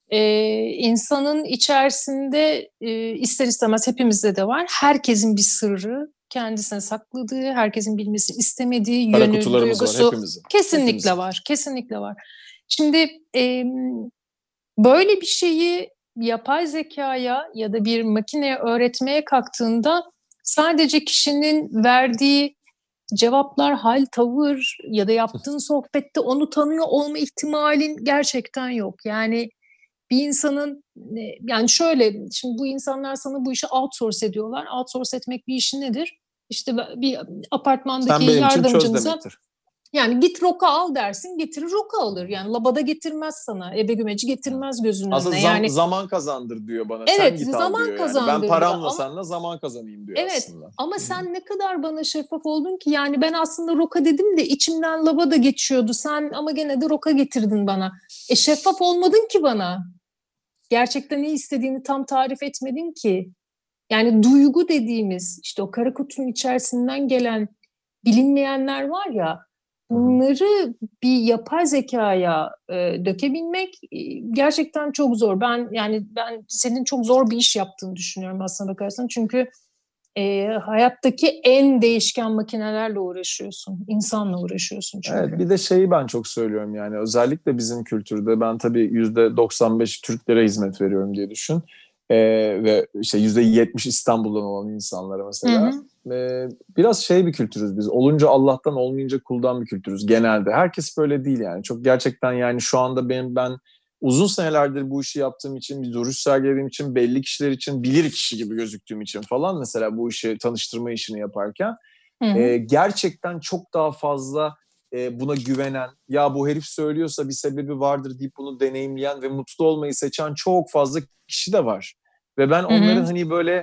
insanın içerisinde ister istemez hepimizde de var. Herkesin bir sırrı, kendisine sakladığı, herkesin bilmesini istemediği yönü, duygusu var, hepimizin. Kesinlikle var. Kesinlikle var. Şimdi böyle bir şeyi yapay zekaya ya da bir makineye öğretmeye kalktığında sadece kişinin verdiği cevaplar, hal, tavır ya da yaptığın sohbette onu tanıyor olma ihtimalin gerçekten yok. Yani bir insanın yani şöyle şimdi bu insanlar sana bu işi outsource ediyorlar. Outsource etmek bir işi nedir? İşte bir apartmandaki yardımcınıza yani git roka al dersin, getirir roka alır. Yani labada getirmez sana, ebe gümeci getirmez gözünün önüne. Aslında yani zaman kazandır diyor bana. Evet, sen git zaman al diyor kazandır yani. Ben paramla ama, seninle zaman kazanayım diyor aslında. Evet ama sen ne kadar bana şeffaf oldun ki yani ben aslında roka dedim de içimden laba da geçiyordu. Sen ama gene de roka getirdin bana. Şeffaf olmadın ki bana. Gerçekten ne istediğini tam tarif etmedin ki. Yani duygu dediğimiz işte o kara kutunun içerisinden gelen bilinmeyenler var ya bunları bir yapay zekaya dökebilmek gerçekten çok zor. Ben senin çok zor bir iş yaptığını düşünüyorum aslına bakarsan. Çünkü hayattaki en değişken makinelerle uğraşıyorsun. İnsanla uğraşıyorsun çünkü. Evet bir de şeyi ben çok söylüyorum yani özellikle bizim kültürde ben tabii %95 Türklere hizmet veriyorum diye düşün. Ve işte %70 İstanbul'dan olan insanlara mesela. Biraz bir kültürüz biz. Olunca Allah'tan olmayınca kuldan bir kültürüz genelde. Herkes böyle değil yani. Çok gerçekten yani şu anda ben uzun senelerdir bu işi yaptığım için, bir duruş sergilediğim için, belli kişiler için bilir kişi gibi gözüktüğüm için falan mesela bu işi tanıştırma işini yaparken gerçekten çok daha fazla buna güvenen, ya bu herif söylüyorsa bir sebebi vardır deyip bunu deneyimleyen ve mutlu olmayı seçen çok fazla kişi de var. Ve ben onların hani böyle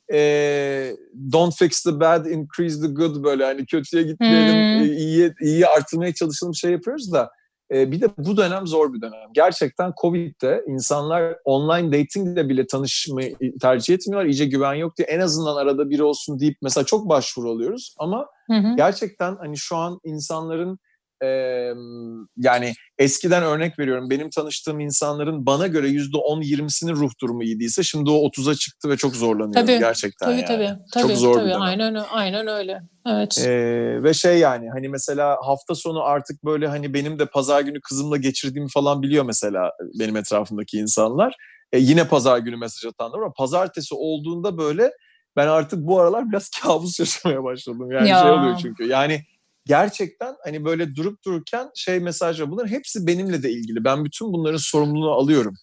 don't fix the bad, increase the good böyle hani kötüye gitmeyelim, iyiyi artırmaya çalışalım şey yapıyoruz da Bir de bu dönem zor bir dönem. Gerçekten Covid'de insanlar online datingle bile tanışmayı tercih etmiyorlar. İyice güven yok diye en azından arada biri olsun deyip mesela çok başvuru alıyoruz. Ama gerçekten hani şu an insanların yani eskiden örnek veriyorum, benim tanıştığım insanların bana göre %10-20'sinin ruh durumu iyiyse şimdi o 30'a çıktı ve çok zorlanıyorum gerçekten tabii, yani. Tabii, çok zor bir dönem. Aynen öyle. Evet. Ve yani hani mesela hafta sonu artık böyle hani benim de pazar günü kızımla geçirdiğimi falan biliyor mesela benim etrafımdaki insanlar. Yine pazar günü mesaj atanlar var. Pazartesi olduğunda böyle ben artık bu aralar biraz kabus yaşamaya başladım. Yani şey oluyor çünkü. Yani gerçekten hani böyle durup dururken mesajlar, bunların hepsi benimle de ilgili. Ben bütün bunların sorumluluğunu alıyorum.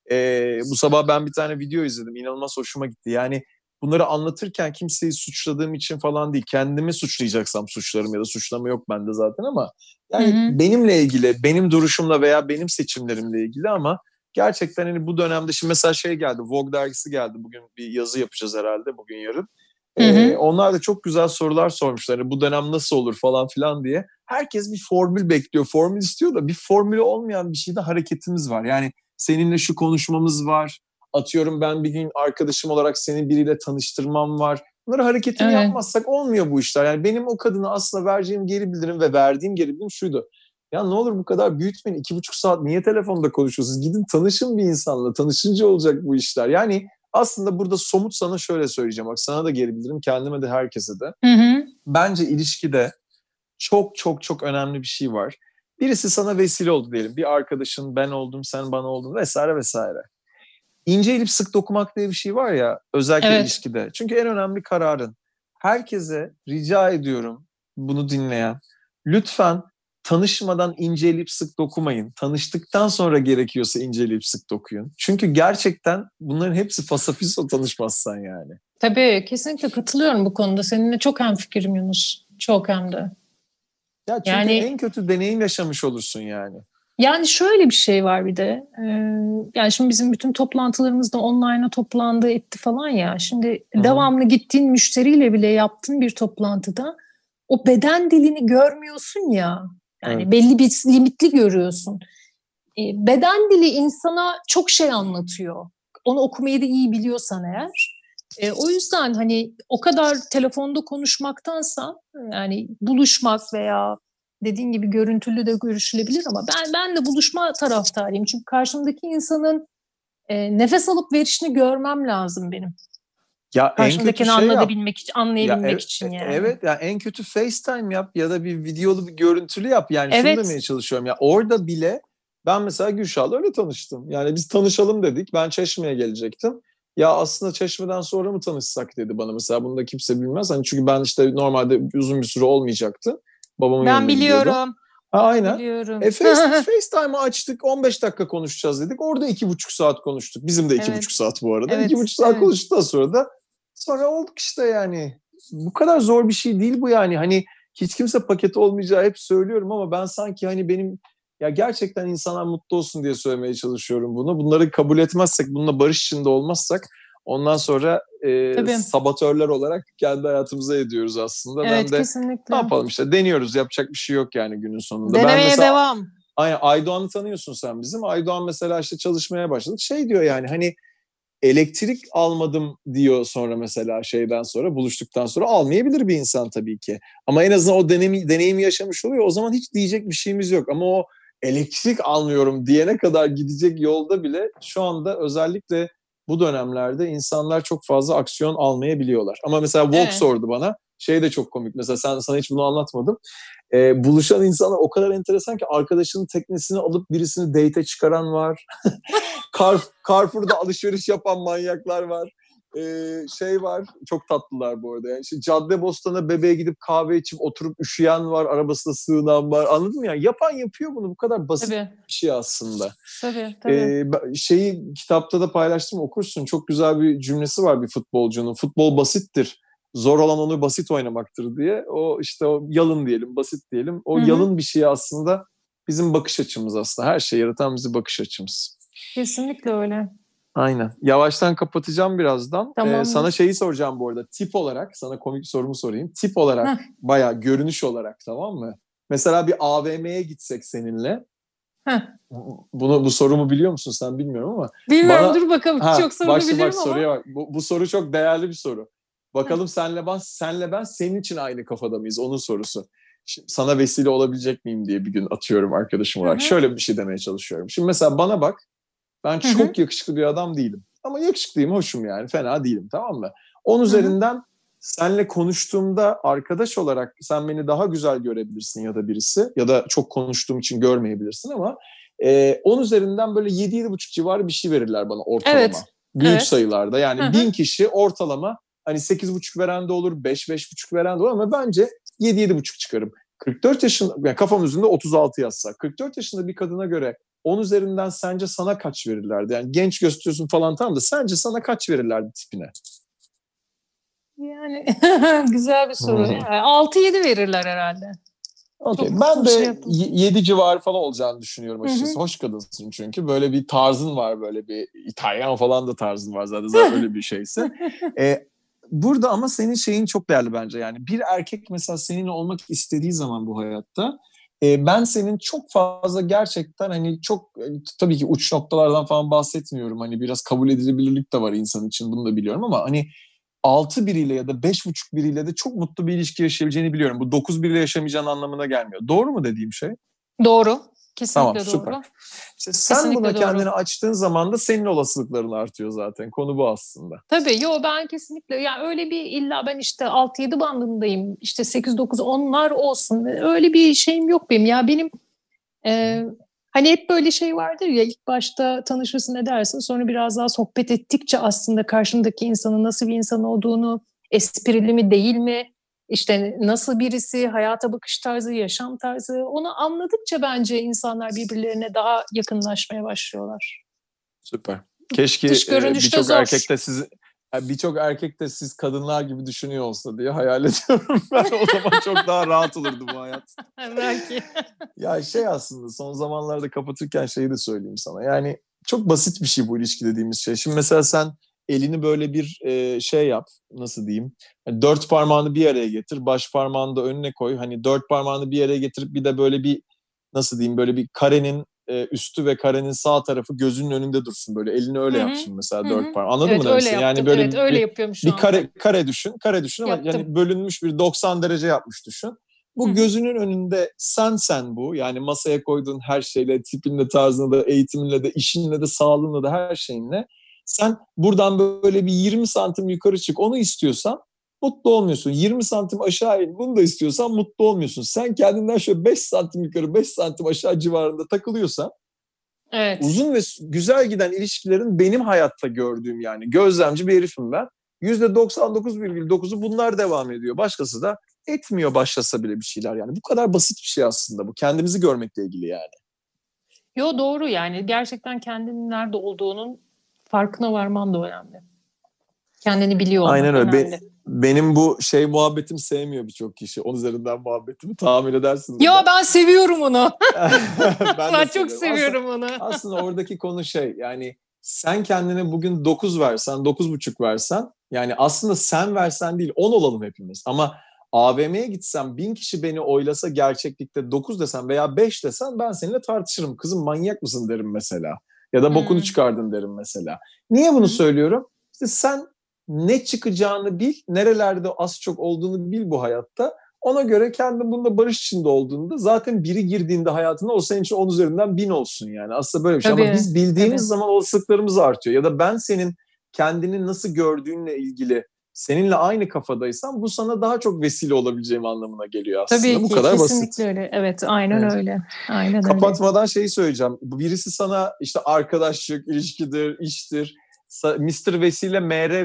Bu sabah ben bir tane video izledim. İnanılmaz hoşuma gitti. Yani bunları anlatırken kimseyi suçladığım için falan değil. Kendimi suçlayacaksam suçlarım ya da suçlama yok bende zaten ama yani benimle ilgili, benim duruşumla veya benim seçimlerimle ilgili ama gerçekten hani bu dönemde şimdi mesela geldi. Vogue dergisi geldi. Bugün bir yazı yapacağız herhalde bugün yarın. Onlar da çok güzel sorular sormuşlar. Yani bu dönem nasıl olur falan filan diye. Herkes bir formül bekliyor. Formül istiyor da bir formülü olmayan bir şeyde hareketimiz var. Yani seninle şu konuşmamız var. Atıyorum ben bir gün arkadaşım olarak seni biriyle tanıştırmam var. Bunları hareketini yapmazsak olmuyor bu işler. Yani benim o kadına aslında vereceğim geri bildirim ve verdiğim geri bildirim şuydu. Ya ne olur bu kadar büyütmeyin. 2,5 saat niye telefonda konuşuyorsunuz? Gidin tanışın bir insanla. Tanışınca olacak bu işler. Yani aslında burada somut sana şöyle söyleyeceğim. Bak sana da geri bildirim, kendime de herkese de. Bence ilişkide çok çok çok önemli bir şey var. Birisi sana vesile oldu diyelim. Bir arkadaşın, ben oldum, sen bana oldun vesaire vesaire. İnce elip sık dokumak diye bir şey var ya özellikle ilişkide. Çünkü en önemli kararın. Herkese rica ediyorum bunu dinleyen. Lütfen tanışmadan ince elip sık dokumayın. Tanıştıktan sonra gerekiyorsa ince elip sık dokuyun. Çünkü gerçekten bunların hepsi fasafiso tanışmazsan yani. Tabii kesinlikle katılıyorum bu konuda. Seninle çok hemfikirim Yunus. Çok hem de. Ya çünkü yani, en kötü deneyim yaşamış olursun yani. Yani şöyle bir şey var bir de. Yani şimdi bizim bütün toplantılarımız da online'a toplandı etti falan ya. Şimdi devamlı gittiğin müşteriyle bile yaptığın bir toplantıda o beden dilini görmüyorsun ya. Yani belli bir limitli görüyorsun. Beden dili insana çok şey anlatıyor. Onu okumayı da iyi biliyorsan eğer. O yüzden hani o kadar telefonda konuşmaktansa yani buluşmak veya dediğin gibi görüntülü de görüşülebilir ama ben de buluşma taraftarıyım. Çünkü karşımdaki insanın nefes alıp verişini görmem lazım benim. Ya karşımdakini anlayabilmek için yani. Evet ya en kötü FaceTime yap ya da bir videolu bir görüntülü yap. Yani şunu demeye çalışıyorum ya orada bile ben mesela Gülşah'la öyle tanıştım. Yani biz tanışalım dedik. Ben Çeşme'ye gelecektim. Ya aslında Çeşme'den sonra mı tanışsak dedi bana mesela. Bunu da kimse bilmez. Hani çünkü ben işte normalde uzun bir süre olmayacaktı. Babamın yanına gidiyordum. Aynen. Biliyorum. FaceTime'ı açtık. 15 dakika konuşacağız dedik. Orada 2,5 saat konuştuk. Bizim de 2,5 saat bu arada. 2,5 saat konuştuktan sonra olduk işte yani. Bu kadar zor bir şey değil bu yani. Hani hiç kimse paket olmayacağı hep söylüyorum ama ben sanki hani benim ya gerçekten insanlar mutlu olsun diye söylemeye çalışıyorum bunu. Bunları kabul etmezsek, bununla barış içinde olmazsak ondan sonra sabatörler olarak kendi hayatımıza ediyoruz aslında. Evet, ben de kesinlikle. Ne yapalım işte deniyoruz. Yapacak bir şey yok yani günün sonunda. Denemeye devam. Aynen Aydoğan'ı tanıyorsun sen bizim. Aydoğan mesela işte çalışmaya başladık. Diyor yani hani elektrik almadım diyor sonra mesela sonra buluştuktan sonra almayabilir bir insan tabii ki. Ama en azından o deneyimi yaşamış oluyor. O zaman hiç diyecek bir şeyimiz yok. Ama o elektrik almıyorum diyene kadar gidecek yolda bile şu anda özellikle bu dönemlerde insanlar çok fazla aksiyon almayabiliyorlar. Ama mesela Vogue sordu bana. De çok komik. Mesela sana hiç bunu anlatmadım. Buluşan insanlar o kadar enteresan ki arkadaşının teknesini alıp birisini date'e çıkaran var. Carrefour'da alışveriş yapan manyaklar var. Var. Çok tatlılar bu arada. Yani işte Caddebostan'a bebeğe gidip kahve içip oturup üşüyen var. Arabasına sığınan var. Anladın mı ya? Yapan yapıyor bunu. Bu kadar basit bir şey aslında. Tabii. Kitapta da paylaştım okursun. Çok güzel bir cümlesi var bir futbolcunun. Futbol basittir. Zor olan onu basit oynamaktır diye. O yalın diyelim, basit diyelim. O yalın bir şey aslında bizim bakış açımız aslında. Her şeyi yaratan bizim bakış açımız. Kesinlikle öyle. Aynen. Yavaştan kapatacağım birazdan. Tamam. Sana soracağım bu arada. Tip olarak, sana komik bir sorumu sorayım. Tip olarak, bayağı görünüş olarak tamam mı? Mesela bir AVM'ye gitsek seninle. Heh. Bu sorumu biliyor musun sen, bilmiyorum ama. Bilmiyorum, dur bakalım. Çok sorunu bilirim ama. Soruya bak. Bu soru çok değerli bir soru. Bakalım senle ben senin için aynı kafada mıyız? Onun sorusu. Şimdi sana vesile olabilecek miyim diye bir gün atıyorum arkadaşım olarak. Şöyle bir şey demeye çalışıyorum. Şimdi mesela bana bak. Ben çok yakışıklı bir adam değilim. Ama yakışıklıyım, hoşum yani. Fena değilim, tamam mı? Onun üzerinden seninle konuştuğumda arkadaş olarak sen beni daha güzel görebilirsin ya da birisi. Ya da çok konuştuğum için görmeyebilirsin ama 10 üzerinden böyle 7-7,5 civarı bir şey verirler bana ortalama. Evet. Büyük sayılarda. Yani 1000 kişi ortalama hani 8,5 veren de olur, 5-5,5 veren de olur ama bence 7-7,5 çıkarım. 44 yaşında, yani kafam üzerinde 36 yazsak. 44 yaşında bir kadına göre 10 üzerinden sence sana kaç verirlerdi? Yani genç gösteriyorsun falan, tamam da sence sana kaç verirlerdi tipine? Yani güzel bir soru. Yani 6-7 verirler herhalde. Okay. Ben de 7 civarı falan olacağını düşünüyorum açıkçası. Hoş kadınsın çünkü. Böyle bir tarzın var, böyle bir İtalyan falan da tarzın var zaten öyle bir şeyse. Burada ama senin şeyin çok değerli bence. Yani bir erkek mesela seninle olmak istediği zaman bu hayatta ben senin çok fazla gerçekten hani çok tabii ki uç noktalardan falan bahsetmiyorum. Hani biraz kabul edilebilirlik de var insan için, bunu da biliyorum ama hani 6 biriyle ya da 5,5 biriyle de çok mutlu bir ilişki yaşayabileceğini biliyorum. Bu 9 biriyle yaşamayacağın anlamına gelmiyor. Doğru mu dediğim şey? Doğru. Kesinlikle tamam, doğru. Süper. İşte sen kesinlikle buna doğru. kendini açtığın zaman da senin olasılıkların artıyor zaten. Konu bu aslında. Tabii ben kesinlikle yani öyle bir illa ben işte 6-7 bandındayım, işte 8-9-10'lar olsun, öyle bir şeyim yok benim. Ya benim hani hep böyle şey vardır ya, ilk başta tanışırsın edersin, sonra biraz daha sohbet ettikçe aslında karşımdaki insanın nasıl bir insan olduğunu, esprili mi değil mi, işte nasıl birisi, hayata bakış tarzı, yaşam tarzı, onu anladıkça bence insanlar birbirlerine daha yakınlaşmaya başlıyorlar. Süper. Keşke birçok erkek de siz kadınlar gibi düşünüyor olsa diye hayal ediyorum ben. O zaman çok daha rahat olurdu bu hayat. Belki. Ya aslında son zamanlarda kapatırken şeyi de söyleyeyim sana. Yani çok basit bir şey bu ilişki dediğimiz şey. Şimdi mesela sen elini böyle bir şey yap. Nasıl diyeyim? Yani 4 parmağını bir araya getir. Baş parmağını da önüne koy. Hani 4 parmağını bir araya getirip bir de böyle bir, nasıl diyeyim, böyle bir karenin üstü ve karenin sağ tarafı gözünün önünde dursun. Böyle elini öyle yap şimdi mesela 4 parmak. Anladın mı? Öyle yaptım. Yani böyle öyle yapıyorum şu anda. Kare düşün ama yaptım. Yani bölünmüş bir 90 derece yapmış düşün. Bu gözünün önünde sen bu. Yani masaya koyduğun her şeyle, tipinle, tarzınla da, eğitiminle de, işinle de, sağlığınla da, her şeyinle. Sen buradan böyle bir 20 santim yukarı çık. Onu istiyorsan mutlu olmuyorsun. 20 santim aşağı in. Bunu da istiyorsan mutlu olmuyorsun. Sen kendinden şöyle 5 santim yukarı, 5 santim aşağı civarında takılıyorsan, uzun ve güzel giden ilişkilerin benim hayatta gördüğüm, yani gözlemci bir herifim ben. %99,9'u bunlar devam ediyor. Başkası da etmiyor, başlasa bile bir şeyler yani. Bu kadar basit bir şey aslında bu. Kendimizi görmekle ilgili yani. Doğru, yani gerçekten kendinin nerede olduğunun farkına varman da önemli. Kendini biliyor olmak önemli. Aynen öyle. Benim bu muhabbetimi sevmiyor birçok kişi. 10 üzerinden muhabbetimi tahmin edersiniz. Ben seviyorum onu. ben çok seviyorum onu. Aslında oradaki konu yani sen kendine bugün 9 versen, 9,5 versen, yani aslında sen versen değil 10 olalım hepimiz. Ama AVM'ye gitsem 1000 kişi beni oylasa gerçeklikte 9 desem veya 5 desem ben seninle tartışırım. Kızım manyak mısın derim mesela. Ya da bokunu çıkardın derim mesela. Niye bunu söylüyorum? İşte sen ne çıkacağını bil, nerelerde az çok olduğunu bil bu hayatta. Ona göre kendin bunda barış içinde olduğunda zaten biri girdiğinde hayatına o senin için 10 üzerinden 1000 olsun yani. Aslında böyle bir şey. Ama biz bildiğimiz zaman olasılıklarımız artıyor. Ya da ben senin kendini nasıl gördüğünle ilgili seninle aynı kafadaysam bu sana daha çok vesile olabileceğim anlamına geliyor aslında. Tabii ki, bu kadar kesinlikle basit. Öyle. Evet, aynen öyle. Aynen Kapatmadan şeyi söyleyeceğim. Birisi sana işte arkadaşlık, ilişkidir, iştir, Mr. Vesile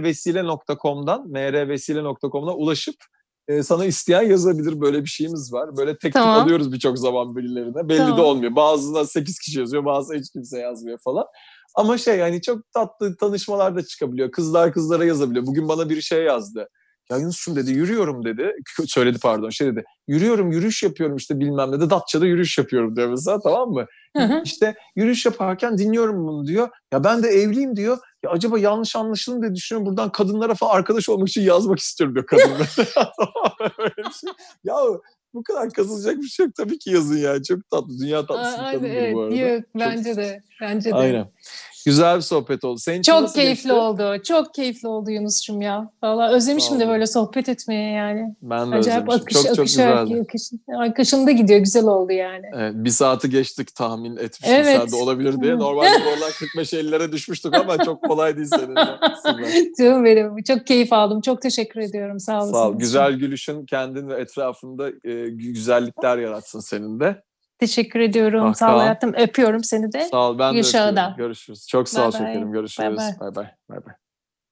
mrvesile.com'dan ulaşıp sana isteyen yazabilir. Böyle bir şeyimiz var. Böyle tek alıyoruz birçok zaman birilerine. Belli de olmuyor. Bazılarında 8 kişi yazıyor, bazıları hiç kimse yazmıyor falan. Ama hani çok tatlı tanışmalar da çıkabiliyor. Kızlar kızlara yazabiliyor. Bugün bana biri yazdı. Ya Yunus'cum dedi, yürüyorum dedi. Söyledi pardon, dedi. Yürüyorum, yürüyüş yapıyorum işte bilmem ne de. Datça'da yürüyüş yapıyorum diyor mesela, tamam mı? İşte yürüyüş yaparken dinliyorum bunu diyor. Ya ben de evliyim diyor. Ya acaba yanlış anlaşılır diye düşünüyorum. Buradan kadınlara falan arkadaş olmak için yazmak istiyorum diyor kadınlara. Ya Bu kadar kasılacak bir şey yok. Tabii ki yazın yani. Çok tatlı. Dünya tatlısı bir kadındır Evet, bu arada. yok, bence de. Bence de. Aynen. Güzel bir sohbet oldu. Senin için Çok nasıl keyifli geçti? oldu. Çok keyifli oldu Yunus'cum ya. Vallahi özlemişim de böyle sohbet etmeye yani. Ben de Acayip özlemiştim. Çok güzeldi. akışında gidiyor. Güzel oldu yani. Evet, bir saati geçtik tahmin etmiştim Evet. sen de olabilir diye. Normalde bu aralar 45-50'lere düşmüştük ama çok kolay değil seninle. Canım benim. Çok keyif aldım. Çok teşekkür ediyorum. Sağ olasın. Sağ ol. Güzel gülüşün kendin ve etrafında güzellikler yaratsın senin de. Teşekkür ediyorum. Sağ ol hayatım. Öpüyorum seni de. Sağ ol. Ben de Yaşa öpüyorum. da. Görüşürüz. Çok sağ ol Bye bye. şekerim. Görüşürüz. Bye bye. Bay bay. Bay bay.